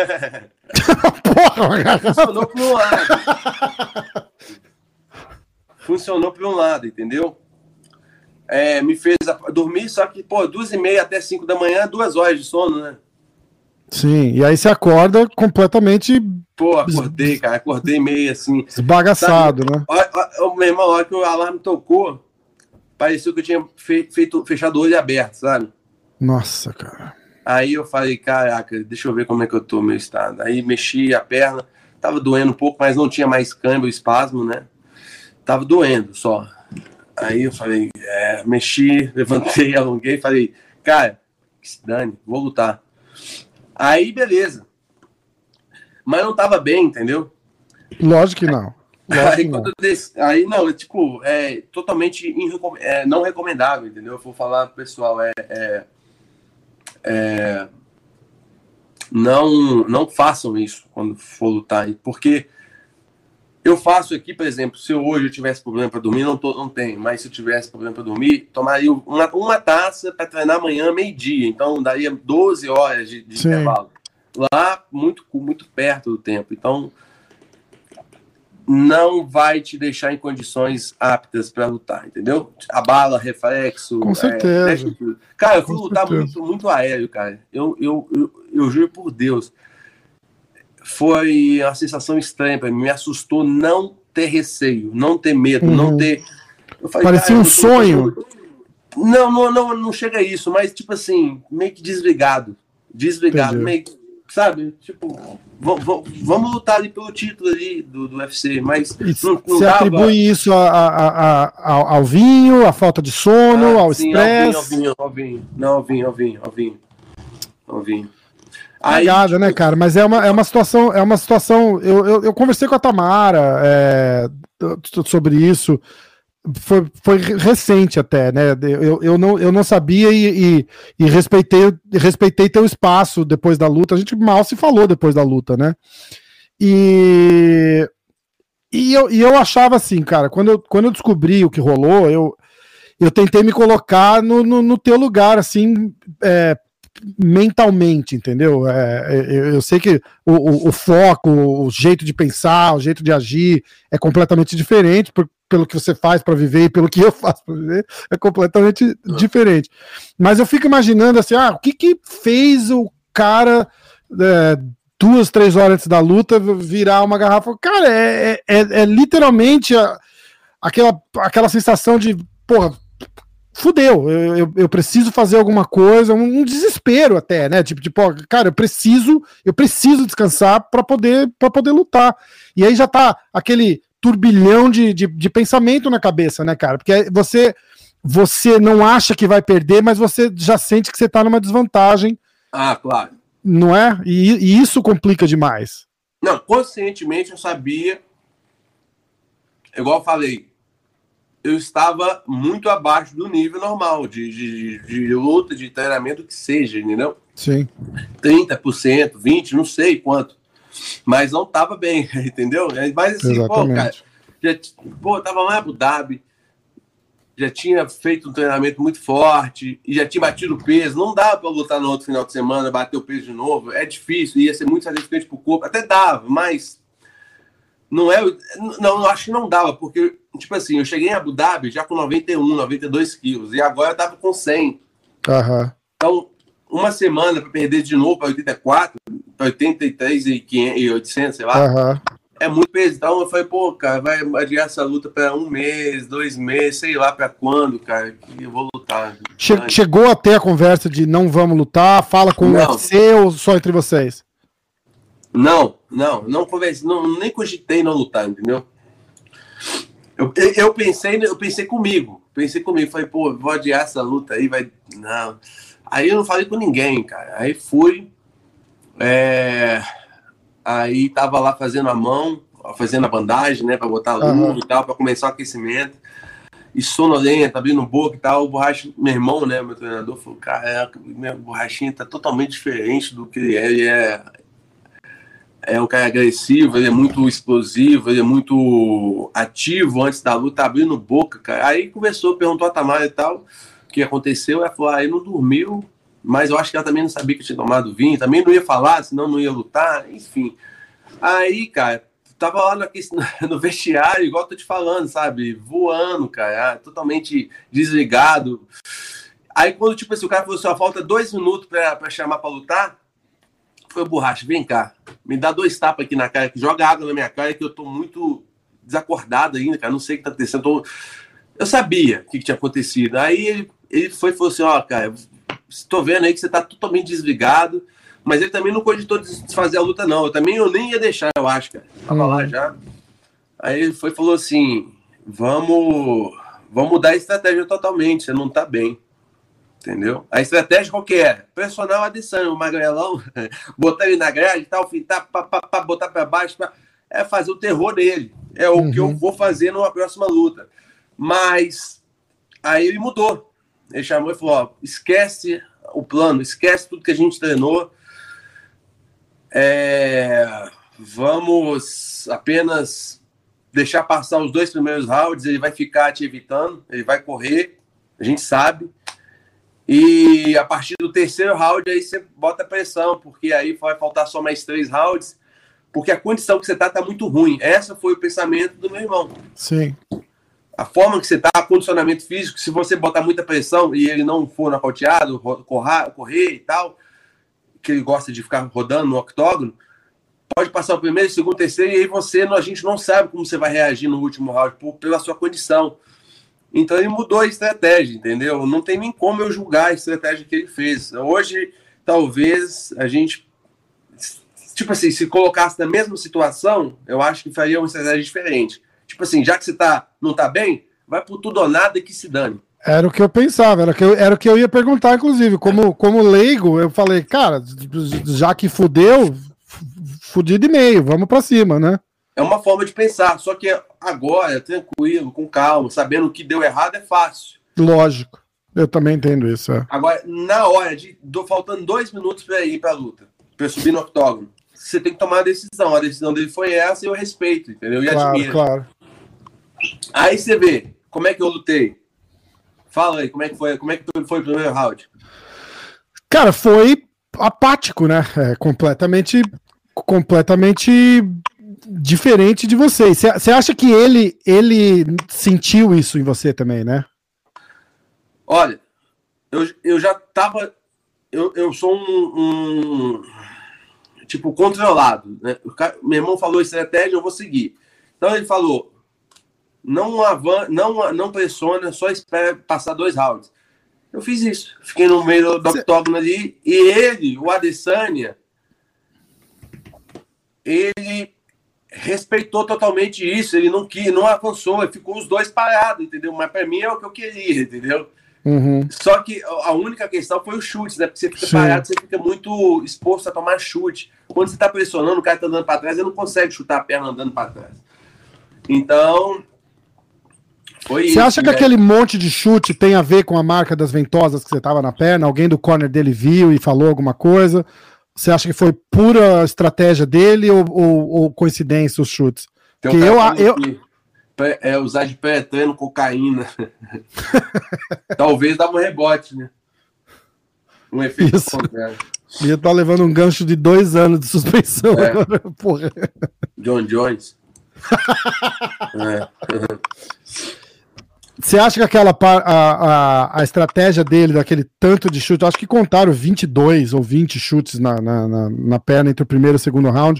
Porra,
funcionou por um lado. Funcionou por um lado, entendeu? É, me fez dormir, só que, pô, duas e meia até cinco da manhã, duas horas de sono, né?
Sim, e aí você acorda completamente...
Pô, acordei, cara, acordei meio assim...
Esbagaçado, sabe? Né?
O meu irmão, a hora que o alarme tocou, pareceu que eu tinha feito, fechado o olho aberto, sabe?
Nossa, cara.
Aí eu falei, caraca, deixa eu ver como é que eu tô, meu estado. Aí mexi a perna, tava doendo um pouco, mas não tinha mais câmbio, espasmo, né? Tava doendo só. Aí eu falei, é, mexi, levantei, alonguei, falei, cara, que se dane, vou lutar. Aí, beleza. Mas não tava bem, entendeu?
Lógico que não. Lógico
aí,
que não.
Desse, aí, não, é, tipo, é totalmente irrecom é, não recomendável, entendeu? Eu vou falar pro pessoal, é, é, é, não, não façam isso quando for lutar, porque eu faço aqui, por exemplo, se eu hoje eu tivesse problema para dormir, não, tô, não tenho, mas se eu tivesse problema para dormir, tomaria uma, uma taça para treinar amanhã, meio-dia, então daria doze horas de, de intervalo. Lá, muito, muito perto do tempo, então não vai te deixar em condições aptas para lutar, entendeu? Abala, reflexo.
Com certeza.
É, cara, eu fui
Com
lutar
certeza.
muito, muito aéreo, cara. Eu, eu, eu, eu juro por Deus. Foi uma sensação estranha para mim. Me assustou não ter receio, não ter medo, uhum. não ter.
Eu falei, parecia um sonho.
Não, não, não, não chega a isso, mas tipo assim, meio que desligado. Desligado, Entendi. meio que, sabe? Tipo, vamos lutar ali pelo título ali do, do U F C, mas
não, não você dava... atribui isso a, a, a, a, ao vinho, à falta de sono, ah, ao estresse?
Ao vinho, ao vinho, não, ao vinho, ao vinho, ao vinho, ao vinho.
Cagada, tipo... né, cara? Mas é uma, é uma situação, é uma situação. Eu, eu, eu conversei com a Tamara é, sobre isso. Foi, foi recente até, né? Eu, eu, não, eu não sabia e, e, e respeitei, respeitei teu espaço depois da luta. A gente mal se falou depois da luta, né? E, e, eu, e eu achava assim, cara, quando eu, quando eu descobri o que rolou, eu, eu tentei me colocar no, no, no teu lugar, assim, é, mentalmente, entendeu? É, eu, eu sei que o, o, o foco, o jeito de pensar, o jeito de agir é completamente diferente por, pelo que você faz para viver e pelo que eu faço para viver, é completamente uhum. diferente. Mas eu fico imaginando assim, ah, o que que fez o cara é, duas, três horas antes da luta virar uma garrafa? Cara, é, é, é literalmente a, aquela, aquela sensação de, porra, fudeu, eu, eu, eu preciso fazer alguma coisa, um, um desespero até, né? Tipo, tipo, ó, cara, eu preciso, eu preciso descansar para poder, para poder lutar. E aí já tá aquele turbilhão de, de, de pensamento na cabeça, né, cara? Porque você, você não acha que vai perder, mas você já sente que você tá numa desvantagem.
Ah, claro.
Não é? E, e isso complica demais.
Não, conscientemente eu sabia, igual eu falei, eu estava muito abaixo do nível normal de, de, de luta, de treinamento, que seja, entendeu?
Sim.
trinta por cento, vinte por cento, não sei quanto. Mas não estava bem, entendeu? Mas assim, Exatamente. pô, cara, já, pô, tava lá em Abu Dhabi, já tinha feito um treinamento muito forte, e já tinha batido o peso, não dava para lutar no outro final de semana, bater o peso de novo, é difícil, ia ser muito satisfeito pro corpo, até dava, mas não é, não, eu acho que não dava, porque, tipo assim, eu cheguei em Abu Dhabi já com noventa e um, noventa e dois quilos, e agora eu tava com cem.
Uhum.
Então, uma semana para perder de novo para oitenta e quatro, para oitenta e três e oitocentos, sei lá,
uhum.
é muito peso. Então eu falei, pô, cara, vai adiar essa luta para um mês, dois meses, sei lá para quando, cara, que eu vou lutar.
Che chegou a ter a conversa de não vamos lutar, fala com não. o U F C ou só entre vocês?
Não, não, não conversei, não, nem cogitei não lutar, entendeu? Eu, eu, pensei, eu pensei comigo, pensei comigo, falei, pô, vou adiar essa luta aí, vai. Não. Aí eu não falei com ninguém, cara. Aí fui. É... Aí tava lá fazendo a mão, fazendo a bandagem, né, pra botar a luva uhum. e tal, pra começar o aquecimento. E sonolenta, abrindo boca e tal. O Borracha, meu irmão, né, meu treinador, falou: caraca, minha borrachinha tá totalmente diferente do que ele é. Ele é. É um cara agressivo, ele é muito explosivo, ele é muito ativo antes da luta, tá abrindo boca, cara. Aí conversou, perguntou a Tamara e tal, o que aconteceu. Ela falou: ah, ele não dormiu, mas eu acho que ela também não sabia que tinha tomado vinho, também não ia falar, senão não ia lutar, enfim. Aí, cara, tava lá no, no vestiário, igual eu tô te falando, sabe? Voando, cara, totalmente desligado. Aí quando, tipo assim, o cara falou: só falta dois minutos pra, pra chamar pra lutar, foi: Borracha, vem cá, me dá dois tapas aqui na cara, que joga água na minha cara, que eu tô muito desacordado ainda, cara, não sei o que tá acontecendo. Tô... Eu sabia o que, que tinha acontecido. Aí ele, ele foi e falou assim: ó, cara, tô vendo aí que você tá totalmente desligado, mas ele também não cogitou desfazer a luta, não. Eu também eu nem ia deixar, eu acho, cara. Tava uhum. lá já. Aí ele foi e falou assim: vamos, vamos mudar a estratégia totalmente, você não tá bem. Entendeu? A estratégia qual que é? Pressionar o Adesanya, o magrelão, botar ele na grade e tal, fintar, pá, pá, pá, botar pra baixo, pá, é fazer o terror dele. É o uhum. que eu vou fazer numa próxima luta. Mas aí ele mudou. Ele chamou e falou: ó, esquece o plano, esquece tudo que a gente treinou. É, vamos apenas deixar passar os dois primeiros rounds, ele vai ficar te evitando, ele vai correr, a gente sabe. E a partir do terceiro round, aí você bota pressão, porque aí vai faltar só mais três rounds, porque a condição que você tá tá muito ruim. Esse foi o pensamento do meu irmão.
Sim.
A forma que você tá, condicionamento físico, se você botar muita pressão e ele não for nocauteado, correr, correr e tal, que ele gosta de ficar rodando no octógono, pode passar o primeiro, segundo, terceiro, e aí você, a gente não sabe como você vai reagir no último round, por, pela sua condição. Então ele mudou a estratégia, entendeu? Não tem nem como eu julgar a estratégia que ele fez. Hoje, talvez, a gente, tipo assim, se colocasse na mesma situação, eu acho que faria uma estratégia diferente. Tipo assim, já que você tá, não tá bem, vai por tudo ou nada e que se dane.
Era o que eu pensava, era o que eu, era o que eu ia perguntar, inclusive. Como, como leigo, eu falei, cara, já que fudeu, fudido e meio, vamos pra cima, né?
É uma forma de pensar, só que agora, tranquilo, com calma, sabendo o que deu errado é fácil.
Lógico, eu também entendo isso. É.
Agora, na hora de, do, faltando dois minutos para ir para a luta, para subir no octógono, você tem que tomar a decisão. A decisão dele foi essa e eu respeito, entendeu? E
claro,
admiro.
Claro.
Aí você vê, como é que eu lutei? Fala aí, como é que foi, como é que foi o primeiro round?
Cara, foi apático, né? É, completamente, completamente diferente de vocês. Você acha que ele, ele sentiu isso em você também, né?
Olha, eu, eu já tava... Eu, eu sou um, um... Tipo, controlado, né? O cara, meu irmão falou estratégia, eu vou seguir. Então ele falou: não, avan, não, não pressiona, só espera passar dois rounds. Eu fiz isso. Fiquei no meio do octógono ali. E ele, o Adesanya, ele respeitou totalmente isso. Ele não quis, não avançou. Ficou os dois parados, entendeu? Mas para mim é o que eu queria, entendeu?
Uhum.
Só que a única questão foi o chute, né? Porque você fica Sim. parado, você fica muito exposto a tomar chute. Quando você tá pressionando, o cara tá andando para trás, ele não consegue chutar a perna andando para trás. Então... Foi
você
isso,
acha que
né?
Aquele monte de chute tem a ver com a marca das ventosas que você tava na perna? Alguém do corner dele viu e falou alguma coisa? Você acha que foi pura estratégia dele ou, ou, ou coincidência os chutes?
Porque eu, eu... É usar de pré-treino cocaína. Talvez dá um rebote, né? Um efeito contrário.
Ia estar levando um gancho de dois anos de suspensão
é.
agora, porra.
John Jones. é.
Você acha que aquela a, a, a estratégia dele, daquele tanto de chute, acho que contaram vinte e dois ou vinte chutes na, na, na, na perna entre o primeiro e o segundo round.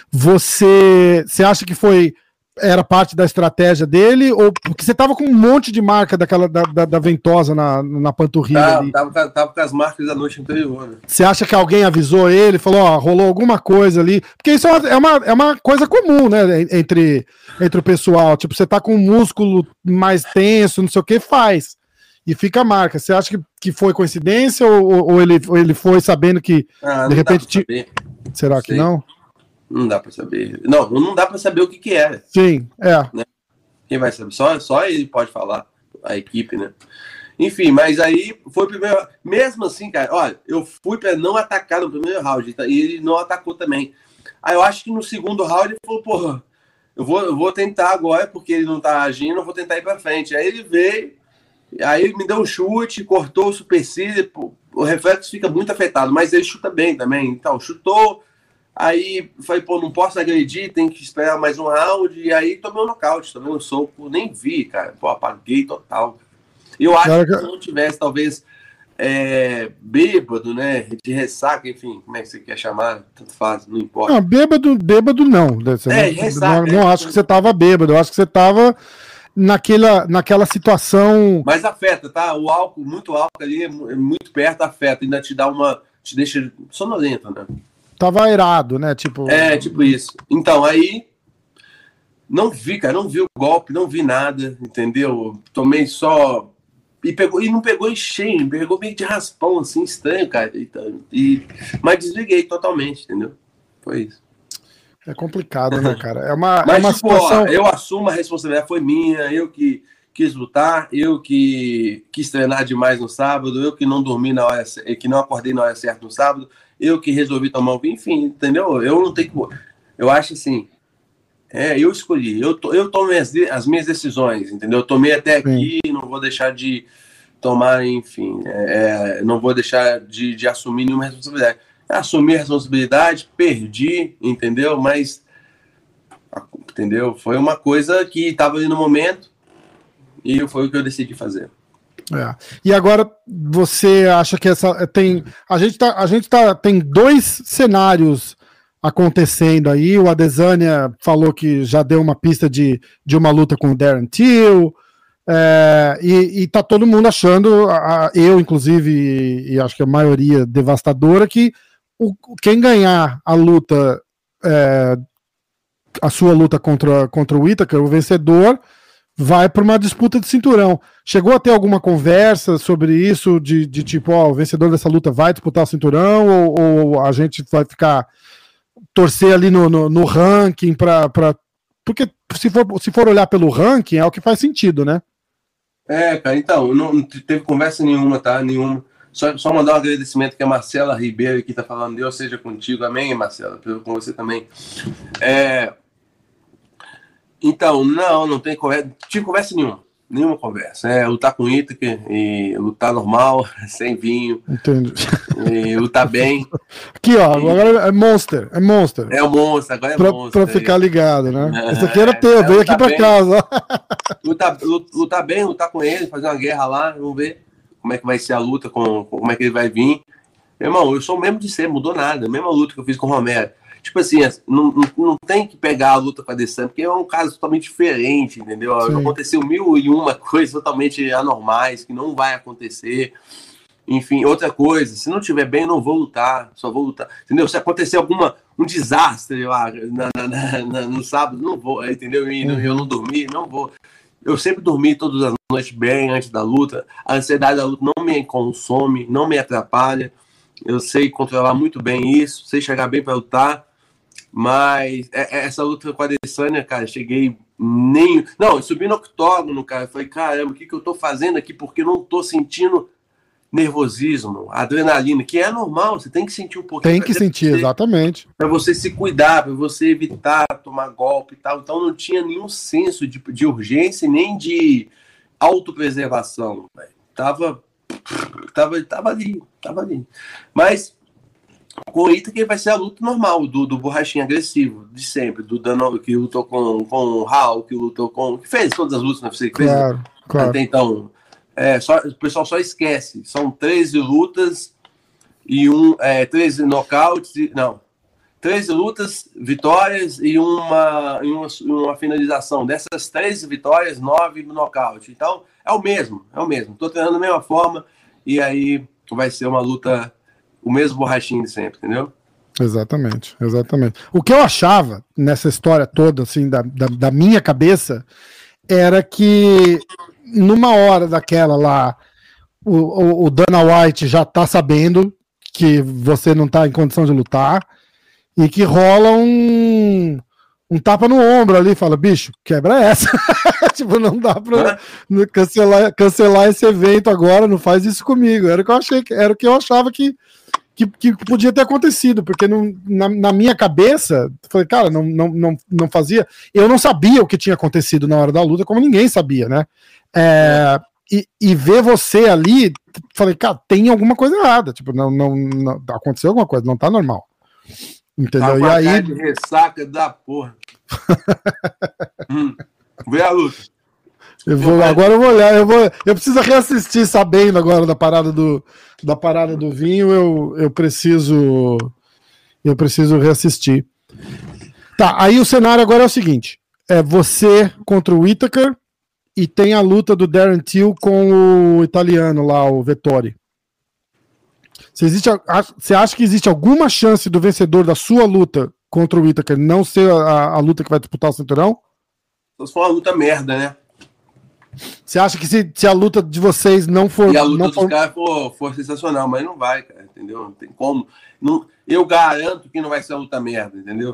Você, você acha que foi era parte da estratégia dele, ou porque você tava com um monte de marca daquela da, da, da ventosa na, na panturrilha
tá,
ali.
Tava, tava com as marcas da noite anterior, né?
Você acha que alguém avisou ele, falou, ó, rolou alguma coisa ali? Porque isso é uma, é uma coisa comum, né, entre, entre o pessoal. Tipo, você tá com um músculo mais tenso, não sei o que, faz. E fica a marca. Você acha que, que foi coincidência ou, ou, ele, ou ele foi sabendo que,
ah,
de repente... Ti... Será
não
que não?
Não dá pra saber. Não, não dá pra saber o que que é.
Sim, é.
Né? Quem vai saber? Só, só ele pode falar, a equipe, né? Enfim, mas aí foi o primeiro... Mesmo assim, cara, olha, eu fui pra não atacar no primeiro round, e ele não atacou também. Aí eu acho que no segundo round ele falou, porra, eu vou, eu vou tentar agora, porque ele não tá agindo, eu vou tentar ir pra frente. Aí ele veio, aí ele me deu um chute, cortou o supercílio, o reflexo fica muito afetado, mas ele chuta bem também. Então, chutou... Aí falei, pô, não posso agredir, tem que esperar mais um round. E aí tomei um nocaute, tomei um soco, nem vi, cara. Pô, apaguei total. Eu acho cara, que se não tivesse, talvez, é, bêbado, né? De ressaca, enfim, como é que você quer chamar? Tanto faz, não importa.
Não, bêbado, bêbado não. Você
é,
não,
ressaca.
Não, não
é,
acho que você tava bêbado, eu acho que você tava naquela, naquela situação.
Mas afeta, tá? O álcool, muito álcool ali, muito perto, afeta. Ainda te dá uma. Te deixa sonolento, né?
Tava aerado, né? Tipo...
É, tipo isso. Então, aí não vi, cara, não vi o golpe, não vi nada, entendeu? Tomei só... E, pegou, e não pegou em cheio, pegou meio de raspão, assim, estranho, cara. E, e... Mas desliguei totalmente, entendeu? Foi isso.
É complicado, né, cara? É uma,
Mas,
é uma
tipo,
situação...
ó, eu assumo a responsabilidade, foi minha, eu que quis lutar, eu que quis treinar demais no sábado, eu que não dormi na hora, que não acordei na hora certa no sábado, eu que resolvi tomar um vinho, enfim, entendeu? Eu não tenho que... Eu acho assim, é, eu escolhi, eu, to, eu tomei as, as minhas decisões, entendeu? Eu tomei até aqui, Sim. Não vou deixar de tomar, enfim, é, é, não vou deixar de, de assumir nenhuma responsabilidade. Assumi a responsabilidade, perdi, entendeu? Mas, entendeu? Foi uma coisa que estava ali no momento e foi o que eu decidi fazer.
É. E agora você acha que essa tem a gente tá a gente tá tem dois cenários acontecendo aí. O Adesanya falou que já deu uma pista de, de uma luta com o Darren Till, é, e, e tá todo mundo achando, a, eu inclusive e, e acho que a maioria devastadora, que o, quem ganhar a luta, é, a sua luta contra, contra o Whittaker, o vencedor vai para uma disputa de cinturão. Chegou a ter alguma conversa sobre isso, de, de tipo, ó, o vencedor dessa luta vai disputar o cinturão, ou, ou a gente vai ficar torcer ali no, no, no ranking para... Porque se for, se for olhar pelo ranking, é o que faz sentido, né?
É, cara, então, não, não teve conversa nenhuma, tá? Nenhuma. Só, só mandar um agradecimento que a Marcela Ribeiro que tá falando, Deus seja contigo, amém, Marcela, com você também. É... Então, não, não tem conversa, tive conversa nenhuma, nenhuma conversa. É lutar com o Whittaker e lutar normal, sem vinho.
Entendi.
E lutar bem.
Aqui, ó, e... agora é Monster, é Monster.
É o Monster, agora é
pra,
Monster.
Pra ficar ligado, né?
É,
Esse aqui era teu,
é,
veio aqui pra bem. Casa.
Lutar, lutar bem, lutar com ele, fazer uma guerra lá, vamos ver como é que vai ser a luta, com, como é que ele vai vir. Meu irmão, eu sou o mesmo de ser, mudou nada. A mesma luta que eu fiz com o Romero. Tipo assim, não, não, não tem que pegar a luta com a Adesanya, porque é um caso totalmente diferente, entendeu? Sim. Aconteceu mil e uma coisas totalmente anormais, que não vai acontecer. Enfim, outra coisa, se não estiver bem, eu não vou lutar, só vou lutar. Entendeu? Se acontecer alguma, um desastre lá na, na, na, no sábado, não vou, entendeu? E eu não dormi, não vou. Eu sempre dormi todas as noites bem antes da luta. A ansiedade da luta não me consome, não me atrapalha. Eu sei controlar muito bem isso, sei chegar bem para lutar. Mas essa luta com a Adesanya, cara, cheguei nem... Não, eu subi no octógono, cara. Falei, caramba, o que, que eu tô fazendo aqui? Porque eu não tô sentindo nervosismo, adrenalina, que é normal, você tem que sentir um pouquinho.
Tem que sentir, você, exatamente.
Para você se cuidar, para você evitar tomar golpe e tal. Então não tinha nenhum senso de, de urgência, nem de autopreservação. Véio. Tava, tava, tava ali, tava ali. Mas Com o Itaker vai ser a luta normal, do, do borrachinho agressivo, de sempre, do Dano, que lutou com, com o Hall, que lutou com... que fez todas as lutas na U F C, que fez
claro, claro.
até então. É, só, o pessoal só esquece. São treze lutas e um... É, treze nocautes, e, não. treze lutas, vitórias e uma, e uma, uma finalização. Dessas treze vitórias, nove nocaute. Então, é o mesmo, é o mesmo. Tô treinando da mesma forma e aí vai ser uma luta... o mesmo borrachinho de sempre, entendeu?
Exatamente, exatamente. O que eu achava nessa história toda, assim, da, da, da minha cabeça, era que numa hora daquela lá, o, o, o Dana White já tá sabendo que você não tá em condição de lutar e que rola um, um tapa no ombro ali, fala, bicho, quebra essa. Tipo, não dá pra é? cancelar, cancelar esse evento agora, não faz isso comigo. Era o que eu achei, era o que eu achava que Que, que podia ter acontecido, porque não, na, na minha cabeça, falei, cara, não, não, não, não fazia. Eu não sabia o que tinha acontecido na hora da luta, como ninguém sabia, né? É, e, e ver você ali, falei, cara, tem alguma coisa errada. Tipo, não, não, não aconteceu alguma coisa, não tá normal. Entendeu?
Tá
e aí.
De ressaca da porra. hum, vê a luta.
Eu vou, agora eu vou olhar, eu, vou, eu preciso reassistir, sabendo agora da parada do, da parada do vinho, eu, eu preciso eu preciso reassistir. Tá, aí o cenário agora é o seguinte, é você contra o Whittaker e tem a luta do Darren Till com o italiano lá, o Vettori. Você, existe, você acha que existe alguma chance do vencedor da sua luta contra o Whittaker não ser a, a luta que vai disputar o cinturão?
Se for uma luta merda, né?
Você acha que se, se a luta de vocês não for...
E a luta
não
dos
for...
caras for, for sensacional, mas não vai, cara, entendeu? Não tem como. Não, eu garanto que não vai ser uma luta merda, entendeu?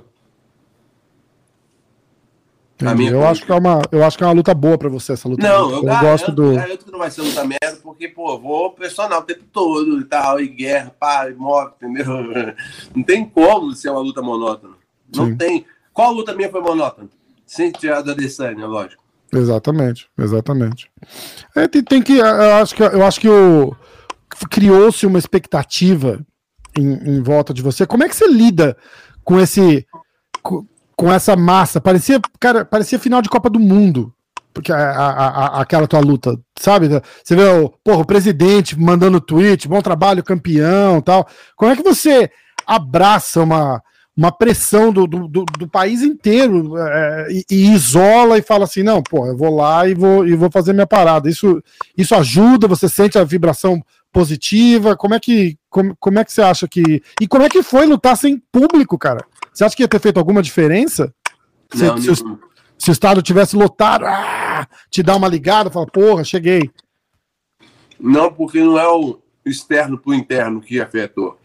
Eu acho, que é uma, eu acho que é uma luta boa pra você, essa luta.
Não, eu, eu garanto,
gosto do...
garanto que não vai ser luta merda, porque, pô, vou pressionar o tempo todo e tal, e guerra, pá, e morre, entendeu? Não tem como ser uma luta monótona. Não Sim. tem. Qual luta minha foi monótona? Sem tirar da Adesanya, lógico.
Exatamente, exatamente. É, tem, tem que, eu acho que, eu acho que o, criou-se uma expectativa em, em volta de você. Como é que você lida com esse, com, com essa massa? Parecia, cara, parecia final de Copa do Mundo, porque a, a, a, aquela tua luta, sabe? Você vê o, porra, o presidente mandando tweet, bom trabalho, campeão, tal. Como é que você abraça uma uma pressão do, do, do, do país inteiro é, e, e isola e fala assim, não, pô, eu vou lá e vou, e vou fazer minha parada. Isso, isso ajuda? Você sente a vibração positiva? Como é que, como, como é que você acha que... E como é que foi lutar sem público, cara? Você acha que ia ter feito alguma diferença?
Não,
se, se, o, se o estado tivesse lotado, ah, te dá uma ligada, fala, porra, cheguei.
Não, porque não é o externo pro interno que afetou.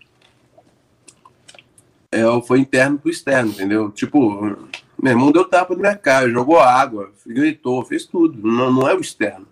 É, foi interno pro externo, entendeu? Tipo, meu irmão deu tapa na minha cara, jogou água, gritou, fez tudo. Não, não é o externo.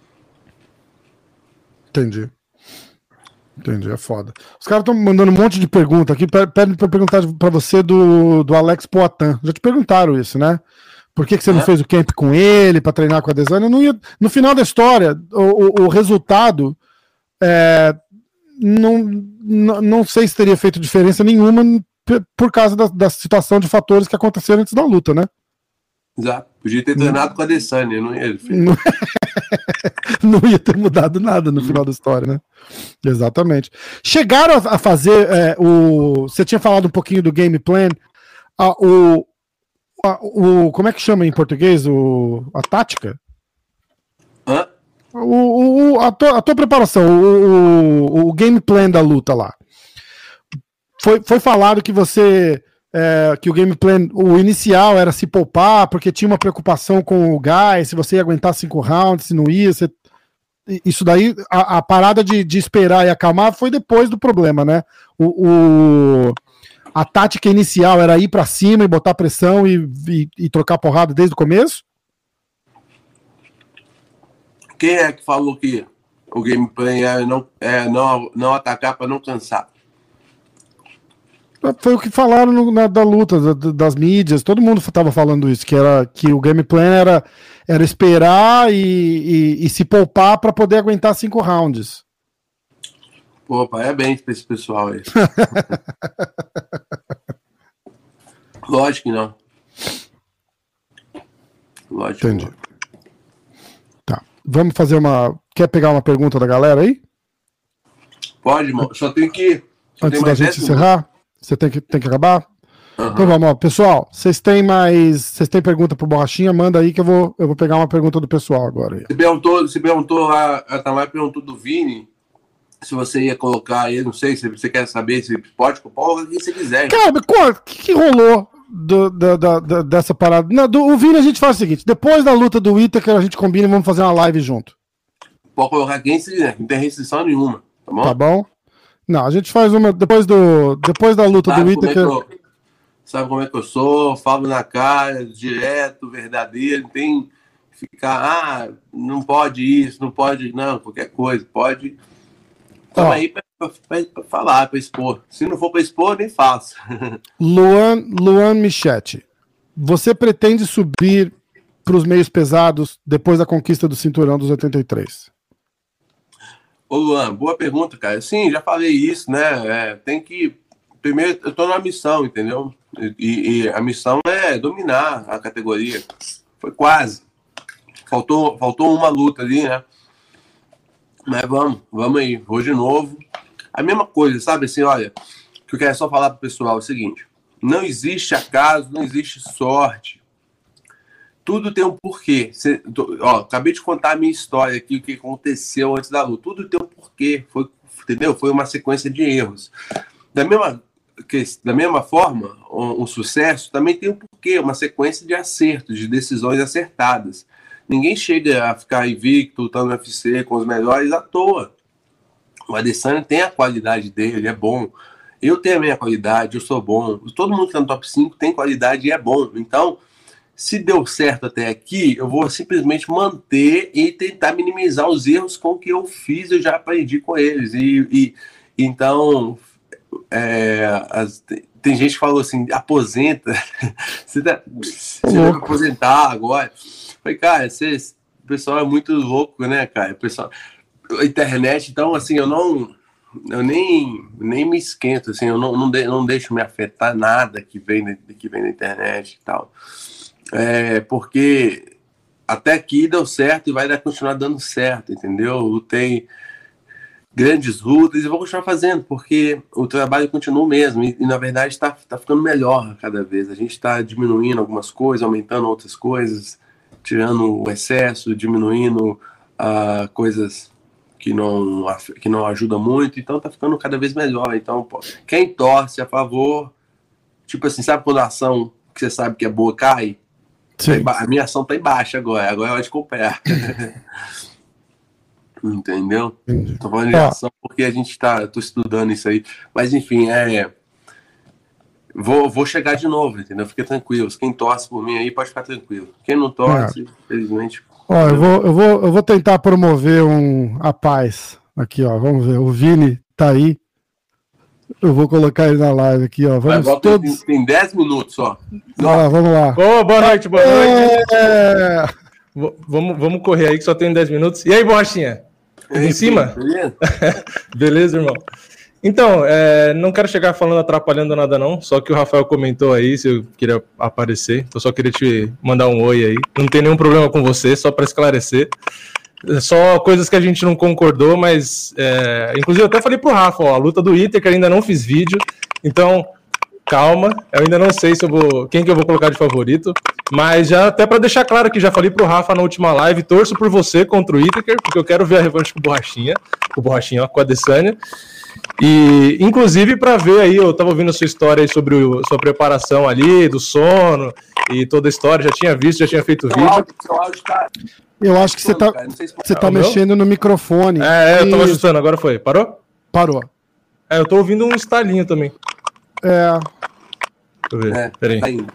Entendi. Entendi, é foda. Os caras estão mandando um monte de pergunta aqui. Pedem pra perguntar pra você do, do Alex Poitin. Já te perguntaram isso, né? Por que, que você é. não fez o camp com ele pra treinar com a Adesanya? Não ia... No final da história, o, o, o resultado é, não, não, não sei se teria feito diferença nenhuma por causa da, da situação de fatores que aconteceram antes da luta, né?
Exato. Podia ter treinado não. com a Adesanya, não ia.
Não... não ia ter mudado nada no hum. final da história, né? Exatamente. Chegaram a, a fazer é, o... Você tinha falado um pouquinho do game plan. A, o, a, o... Como é que chama em português? O, a tática?
Hã?
O, o, a, tua, a tua preparação, o, o, o game plan da luta lá. Foi, foi falado que você é, que o game plan, o inicial era se poupar, porque tinha uma preocupação com o Guy, se você ia aguentar cinco rounds, se não ia. Você, isso daí, a, a parada de, de esperar e acalmar foi depois do problema, né? O, o, a tática inicial era ir pra cima e botar pressão e, e, e trocar porrada desde o começo?
Quem é que falou que o game plan é não, é não, não atacar para não cansar?
Foi o que falaram no, na, da luta, da, das mídias, todo mundo estava falando isso, que, era, que o game plan era, era esperar e, e, e se poupar para poder aguentar cinco rounds.
Pô, parabéns pra esse pessoal aí. Lógico que não. Lógico.
Entendi. Tá. Vamos fazer uma... Quer pegar uma pergunta da galera aí?
Pode, irmão. Só tem que... Só
Antes
tem
da gente encerrar? Você tem que, tem que acabar?
Uhum.
Então vamos, ó. Pessoal, vocês têm mais... Vocês têm pergunta pro Borrachinha? Manda aí que eu vou, eu vou pegar uma pergunta do pessoal agora. Aí.
Você perguntou, você perguntou a, a Tamara perguntou do Vini se você ia colocar ele, não sei, se você quer saber se pode pôr o que você quiser.
Cara, o que, que rolou do, da, da, da, dessa parada? Não, do, o Vini a gente faz o seguinte, depois da luta do Whittaker a gente combina e vamos fazer uma live junto.
Pode colocar quem se quiser, não tem restrição nenhuma, tá bom?
Tá bom? Não, a gente faz uma depois, do, depois da luta
sabe
do Whittaker.
Como é eu, sabe como é que eu sou, falo na cara, direto, verdadeiro, não tem que ficar, ah, não pode isso, não pode, não, qualquer coisa, pode... Então aí pra, pra, pra falar, pra expor. Se não for pra expor, nem faço.
Luan, Luan Michetti, você pretende subir para os meios pesados depois da conquista do cinturão dos oitenta e três?
Ô Luan, boa pergunta, cara. Sim, já falei isso, né? É, tem que... Primeiro, eu tô numa missão, entendeu? E, e a missão é dominar a categoria. Foi quase. Faltou, faltou uma luta ali, né? Mas vamos, vamos aí, vou de novo. A mesma coisa, sabe assim, olha, o que eu quero só falar pro pessoal é o seguinte, não existe acaso, não existe sorte. Tudo tem um porquê. Cê, ó, acabei de contar a minha história aqui, o que aconteceu antes da luta. Tudo tem um porquê, foi, entendeu? Foi uma sequência de erros. Da mesma, que, da mesma forma, um, um sucesso também tem um porquê, uma sequência de acertos, de decisões acertadas. Ninguém chega a ficar invicto, lutando no U F C com os melhores à toa. O Adesanya tem a qualidade dele, ele é bom. Eu tenho a minha qualidade, eu sou bom. Todo mundo que está no top cinco tem qualidade e é bom. Então, se deu certo até aqui, eu vou simplesmente manter e tentar minimizar os erros com que eu fiz, eu já aprendi com eles. E, e então, é, as, tem gente que falou assim, aposenta. Você, tá, você deve aposentar agora. Falei, cara, você, o pessoal é muito louco, né, cara? O pessoal, a internet, então, assim, eu não, eu nem, nem me esquento, assim, eu não, não, de, não deixo me afetar nada que vem, que vem na internet e tal. É, porque até aqui deu certo e vai dar, continuar dando certo, entendeu? Eu lutei grandes lutas e vou continuar fazendo, porque o trabalho continua mesmo, e, e na verdade está tá ficando melhor cada vez. A gente está diminuindo algumas coisas, aumentando outras coisas, tirando o excesso, diminuindo uh, coisas que não, que não ajudam muito, então tá ficando cada vez melhor. Então, pô, quem torce a favor, tipo assim, sabe quando a ação que você sabe que é boa cai? Sim. A minha ação tá embaixo agora, agora é hora de comprar. Entendeu? Entendi. Tô falando de ah. ação porque a gente tá, tô estudando isso aí, mas enfim, é... Vou, vou chegar de novo, entendeu? Fica tranquilo. Quem torce por mim aí pode ficar tranquilo. Quem não torce, é. infelizmente.
Ó, eu, vou, eu, vou, eu vou tentar promover um, a paz. Aqui, ó. Vamos ver. O Vini tá aí. Eu vou colocar ele na live aqui, ó. Vamos
Vai, todos... Tem, tem dez minutos só.
Ah, vamos lá.
Oh, boa noite, boa noite. É... Vamos, vamos correr aí que só tem dez minutos. E aí, Borrachinha? Tudo em cima? Beleza? Beleza, irmão. Então, é, não quero chegar falando atrapalhando nada não, só que o Rafael comentou aí se eu queria aparecer, então só queria te mandar um oi aí. Não tem nenhum problema com você, só para esclarecer. Só coisas que a gente não concordou, mas é, inclusive eu até falei pro Rafa, ó, a luta do Whittaker ainda não fiz vídeo, então calma, eu ainda não sei se eu vou, quem que eu vou colocar de favorito, mas já até para deixar claro que já falei pro Rafa na última live, torço por você contra o Whittaker, porque eu quero ver a revanche com o Borrachinha, com o Borrachinha, ó, com a Adesanya. E, inclusive, para ver aí, eu tava ouvindo a sua história aí sobre a sua preparação ali, do sono e toda a história, já tinha visto, já tinha feito vídeo.
Eu acho que você tá, você tá mexendo no microfone.
É, é eu tava ajustando, agora foi. Parou?
Parou.
É, eu tô ouvindo um estalinho também.
É.
Deixa eu ver,
é,
peraí.
Tá indo.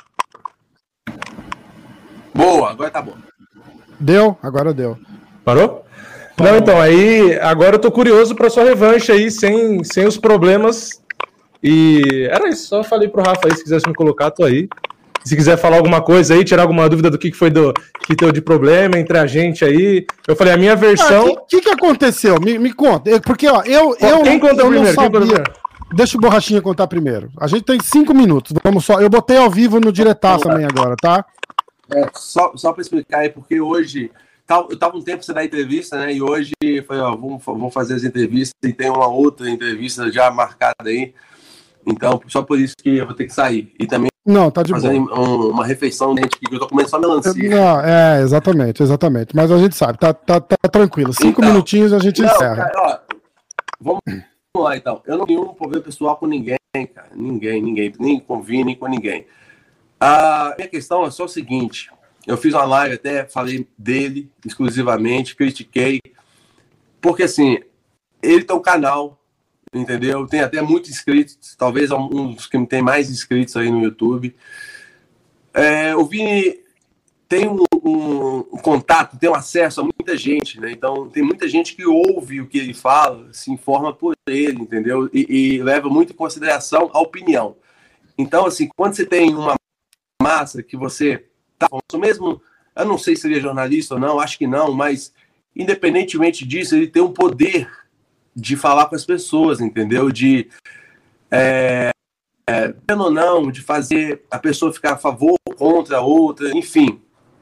Boa, agora tá bom.
Deu? Agora deu.
Parou? Não, então, aí, agora eu tô curioso pra sua revanche aí, sem, sem os problemas, e era isso, só falei pro Rafa aí, se quisesse me colocar, tô aí, Se quiser falar alguma coisa aí, tirar alguma dúvida do que foi do, que deu de problema entre a gente aí. Eu falei, a minha versão...
O ah, que, que, que aconteceu? Me, me conta. Porque, ó, eu, eu,
Quem conta
eu
primeiro?
não sabia...
Quem conta primeiro?
Deixa o Borrachinha contar primeiro. A gente tem cinco minutos. Vamos só. Eu botei ao vivo no diretaço também agora, tá?
É, só só para explicar aí, porque hoje... Eu tava um tempo sem dar entrevista, né? E hoje foi, ó, vamos, vamos fazer as entrevistas e tem uma outra entrevista já marcada aí. Então, só por isso que eu vou ter que sair. E também
não, tá de
fazer um, uma refeição, né? Que eu tô comendo só melancia.
Não, é, exatamente, exatamente. Mas a gente sabe, tá, tá, tá tranquilo. Cinco então, minutinhos a gente não, encerra.
Cara, ó, vamos lá, então. Eu não tenho nenhum problema pessoal com ninguém, cara. Ninguém, ninguém. Nem com o Vini, nem com ninguém. A minha questão é só o seguinte... Eu fiz uma live até, falei dele exclusivamente, critiquei, porque assim, ele tem um canal, entendeu? Tem até muitos inscritos, talvez um dos que tem mais inscritos aí no YouTube. É, o Vini tem um, um, um contato, tem um acesso a muita gente, né? Então tem muita gente que ouve o que ele fala, se informa por ele, entendeu? E, e leva muito em consideração a opinião. Então, assim, quando você tem uma massa que você... Tá, mesmo, eu não sei se ele é jornalista ou não, acho que não, mas independentemente disso, ele tem um poder de falar com as pessoas, entendeu? De, é, é, ou não, de fazer a pessoa ficar a favor, contra a outra, enfim.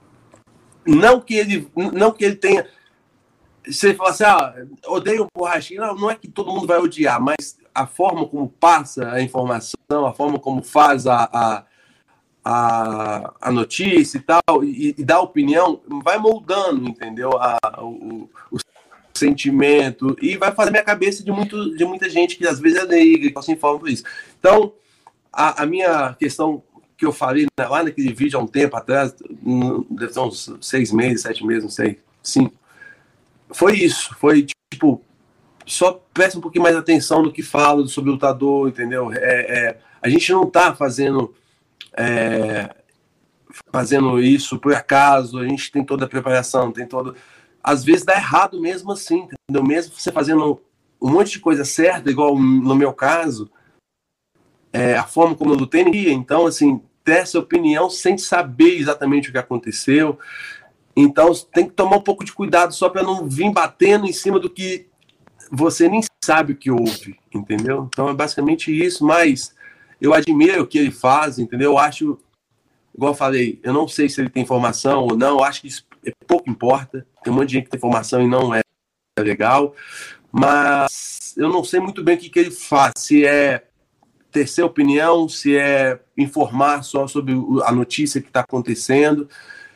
Não que ele, não que ele tenha... Se ele falar assim, ah, odeio o Borrachinha, não, não é que todo mundo vai odiar, mas a forma como passa a informação, a forma como faz a... a A, a notícia e tal, e, e dá opinião, vai moldando, entendeu? A, o, o sentimento, e vai fazer minha cabeça de, muito, de muita gente que às vezes é leiga, que se informa por isso. Então, a, a minha questão que eu falei lá naquele vídeo há um tempo atrás, deve ter uns seis meses, sete meses, não sei, cinco, foi isso, foi tipo, só presta um pouquinho mais atenção no que falo sobre o lutador, entendeu? É, é, a gente não tá fazendo É, fazendo isso por acaso, a gente tem toda a preparação, tem todo... Às vezes dá errado mesmo assim, entendeu? Mesmo você fazendo um monte de coisa certa, igual no meu caso, é, a forma como eu lutei, então, assim, ter essa opinião sem saber exatamente o que aconteceu. Então, tem que tomar um pouco de cuidado só para não vir batendo em cima do que você nem sabe o que houve, entendeu? Então, é basicamente isso, mas... Eu admiro o que ele faz, entendeu? Eu acho, igual eu falei, eu não sei se ele tem formação ou não, eu acho que isso é pouco importa. Tem um monte de gente que tem formação e não é legal, mas eu não sei muito bem o que, que ele faz, se é terceira opinião, se é informar só sobre a notícia que está acontecendo.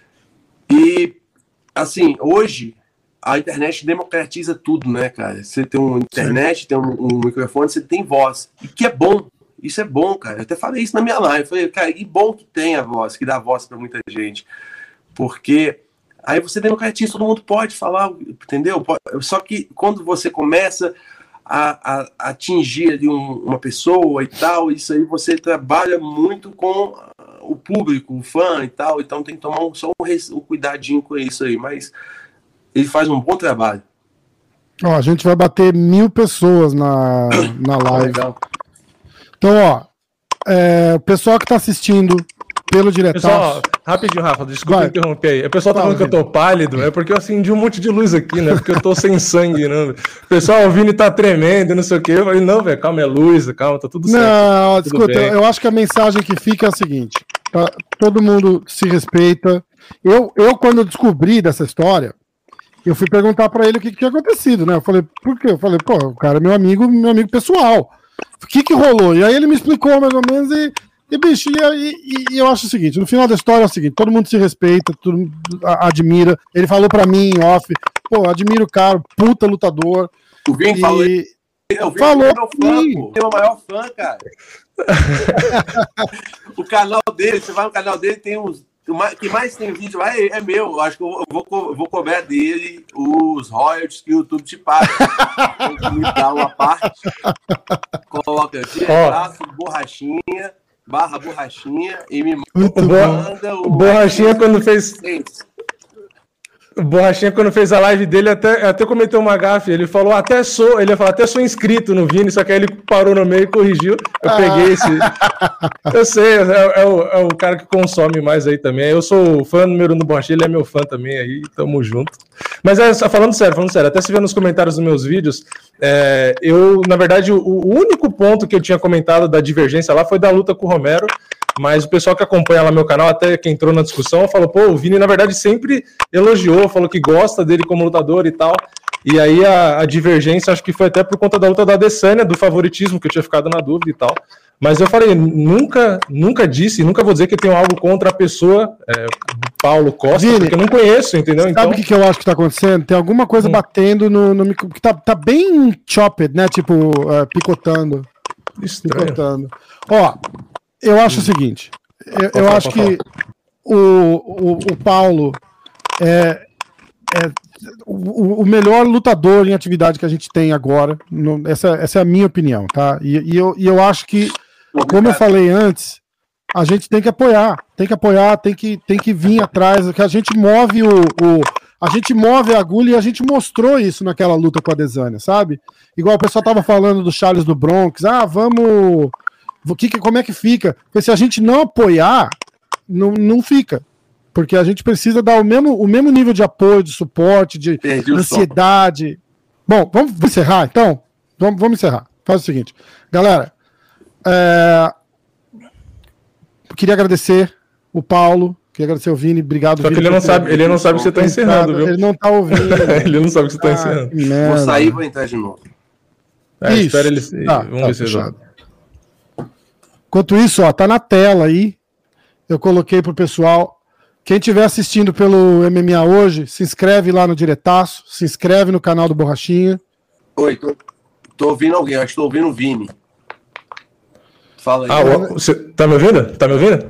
E, assim, hoje a internet democratiza tudo, né, cara? Você tem uma internet, Sim. tem um, um microfone, você tem voz, e que é bom. Isso é bom, cara. Eu até falei isso na minha live. Eu falei, cara, que bom que tem a voz, que dá voz para muita gente. Porque aí você democratiza, todo mundo pode falar, entendeu? Só que quando você começa a, a, a atingir ali um, uma pessoa e tal, isso aí você trabalha muito com o público, o fã e tal. Então tem que tomar um, só um, um cuidadinho com isso aí. Mas ele faz um bom trabalho.
Ó, a gente vai bater mil pessoas na, na live. Legal. Então, ó, é, o pessoal que tá assistindo pelo diretaço...
Pessoal, rapidinho, Rafa, desculpa
Vai.
interromper aí. O pessoal tá falando que eu tô pálido, é porque eu acendi um monte de luz aqui, né? Porque eu tô sem sangue, né? O pessoal, o Vini tá tremendo, não sei o quê. Eu falei, não, velho, calma, é luz, calma, tá tudo certo.
Não,
tudo
escuta, eu, eu acho que a mensagem que fica é a seguinte, tá? Todo mundo se respeita. Eu, eu, quando eu descobri dessa história, eu fui perguntar pra ele o que, que tinha acontecido, né? Eu falei, por quê? Eu falei, pô, o cara é meu amigo, meu amigo pessoal. O que que rolou? E aí ele me explicou mais ou menos e, e bicho, e, e, e eu acho o seguinte, no final da história é o seguinte, todo mundo se respeita, todo mundo admira, ele falou pra mim em off, pô, admiro o cara, puta lutador.
O Vini falou, eu vi falou é meu fã, pô, é o maior fã, cara. O canal dele, você vai no canal dele, tem uns, o que mais tem vídeo lá é, é meu, eu acho que eu vou, eu vou cobrar dele os royalties que o YouTube te paga. Tem que me dar uma parte, coloca direto, borrachinha, barra borrachinha, e me
manda o... o Borrachinha quando fez... O Borrachinha, quando fez a live dele, até, até cometeu uma gafe. Ele falou, até sou, ele ia falar, até sou inscrito no Vini, só que aí ele parou no meio e corrigiu. Eu peguei esse. Eu sei, é, é, o, é o cara que consome mais aí também. Eu sou o fã número um do Borrachinha, ele é meu fã também aí, tamo junto. Mas é, falando sério, falando sério, até se vê nos comentários dos meus vídeos, é, eu, na verdade, o, o único ponto que eu tinha comentado da divergência lá foi da luta com o Romero. Mas o pessoal que acompanha lá meu canal, até que entrou na discussão, falou, pô, o Vini, na verdade, sempre elogiou, falou que gosta dele como lutador e tal. E aí a, a divergência, acho que foi até por conta da luta da Adesanya, do favoritismo, que eu tinha ficado na dúvida e tal. Mas eu falei, nunca, nunca disse, nunca vou dizer que eu tenho algo contra a pessoa, é, Paulo Costa, Vini, porque eu não conheço, entendeu?
Sabe o
então...
que, que eu acho que tá acontecendo? Tem alguma coisa hum. batendo no, no micro, que tá, tá bem chopped, né? Tipo, uh, picotando.
Estranho.
Picotando. Ó... Eu acho hum. o seguinte, eu, eu acho que o, o, o Paulo é, é o, o melhor lutador em atividade que a gente tem agora, no, essa, essa é a minha opinião, tá? E, e, eu, e eu acho que, como eu falei antes, a gente tem que apoiar, tem que apoiar, tem que, tem que vir atrás, que a gente move o, o a gente move a agulha e a gente mostrou isso naquela luta com a Adesanya, sabe? Igual o pessoal tava falando do Charles do Bronx, ah, vamos... O que, como é que fica? Porque se a gente não apoiar, não, não fica. Porque a gente precisa dar o mesmo, o mesmo nível de apoio, de suporte, de Perdi ansiedade. Bom, vamos encerrar então? Vamos, vamos encerrar. Faz o seguinte. Galera, é... queria agradecer o Paulo, queria agradecer o Vini, obrigado.
Só que
Vini,
ele não sabe, ele não sabe que você está encerrando, viu?
Ele não está ouvindo.
Ele não sabe que você está ah, encerrando.
Vou sair e vou entrar de novo.
É, espera ele. Ah, vamos tá, ver se ele...
Enquanto isso, ó, tá na tela aí. Eu coloquei pro pessoal. Quem estiver assistindo pelo M M A hoje, se inscreve lá no Diretaço, se inscreve no canal do Borrachinha.
Oi, tô, tô ouvindo alguém, acho que tô ouvindo o Vini. Fala aí.
Ah, o, você tá me ouvindo? Tá me ouvindo?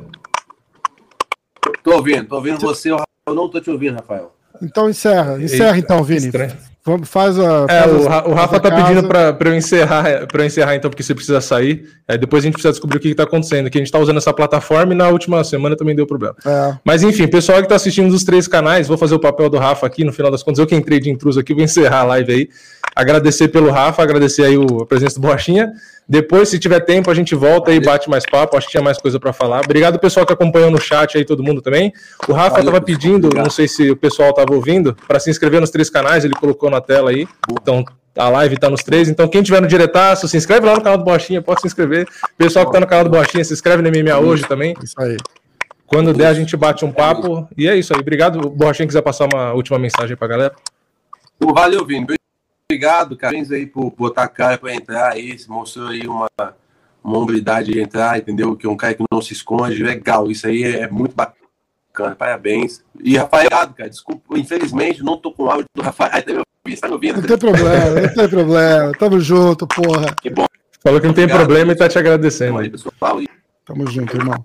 Tô ouvindo, tô ouvindo você, eu não tô te ouvindo, Rafael.
Então encerra, encerra Eita, então, Vini. Vamos, faz a.
É,
faz
o,
a,
o Rafa tá pedindo pra, pra eu encerrar, pra eu encerrar, então, porque você precisa sair. Aí depois a gente precisa descobrir o que, que tá acontecendo. Que a gente tá usando essa plataforma e na última semana também deu problema. É. Mas enfim, pessoal que tá assistindo dos três canais, vou fazer o papel do Rafa aqui, no final das contas, eu que entrei de intruso aqui, vou encerrar a live aí. Agradecer pelo Rafa, agradecer aí o, a presença do Borrachinha. Depois, se tiver tempo, a gente volta e bate mais papo. Acho que tinha mais coisa para falar. Obrigado, pessoal que acompanhou no chat aí, todo mundo também. O Rafa estava pedindo, não sei se o pessoal estava ouvindo, para se inscrever nos três canais, ele colocou na tela aí. Então, a live está nos três. Então, quem tiver no Diretaço, se inscreve lá no canal do Borrachinha, pode se inscrever. Pessoal que está no canal do Borrachinha, se inscreve no M M A hoje também. Isso aí. Quando der, a gente bate um papo. E é isso aí. Obrigado. O Borrachinha quiser passar uma última mensagem para a galera.
Valeu, Vini. Obrigado, cara, aí por botar a cara para entrar aí, mostrou aí uma, uma hombridade de entrar, entendeu? Que é um cara que não se esconde, legal, isso aí é, é muito bacana, parabéns. E Rafael, cara, desculpa, infelizmente não tô com o áudio do Rafael, tá me ouvindo, tá me ouvindo?
Não tem problema, não tem problema, tamo junto, porra.
Que bom. Falou que não tem Obrigado, problema e tá te agradecendo. Aí,
pessoal. Tamo junto, irmão.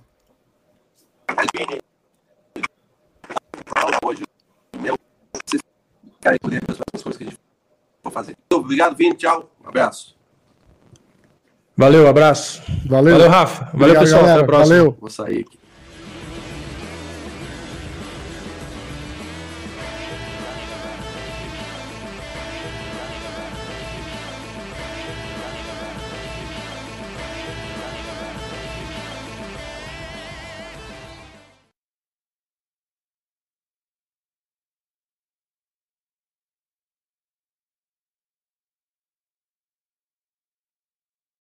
Hoje, meu, cara, as coisas que a gente vou fazer. Obrigado, Vini. Tchau. Um abraço.
Valeu, abraço.
Valeu.
Valeu, Rafa. Valeu,
Obrigado,
pessoal.
galera.
Até a próxima.
Valeu.
Vou sair aqui.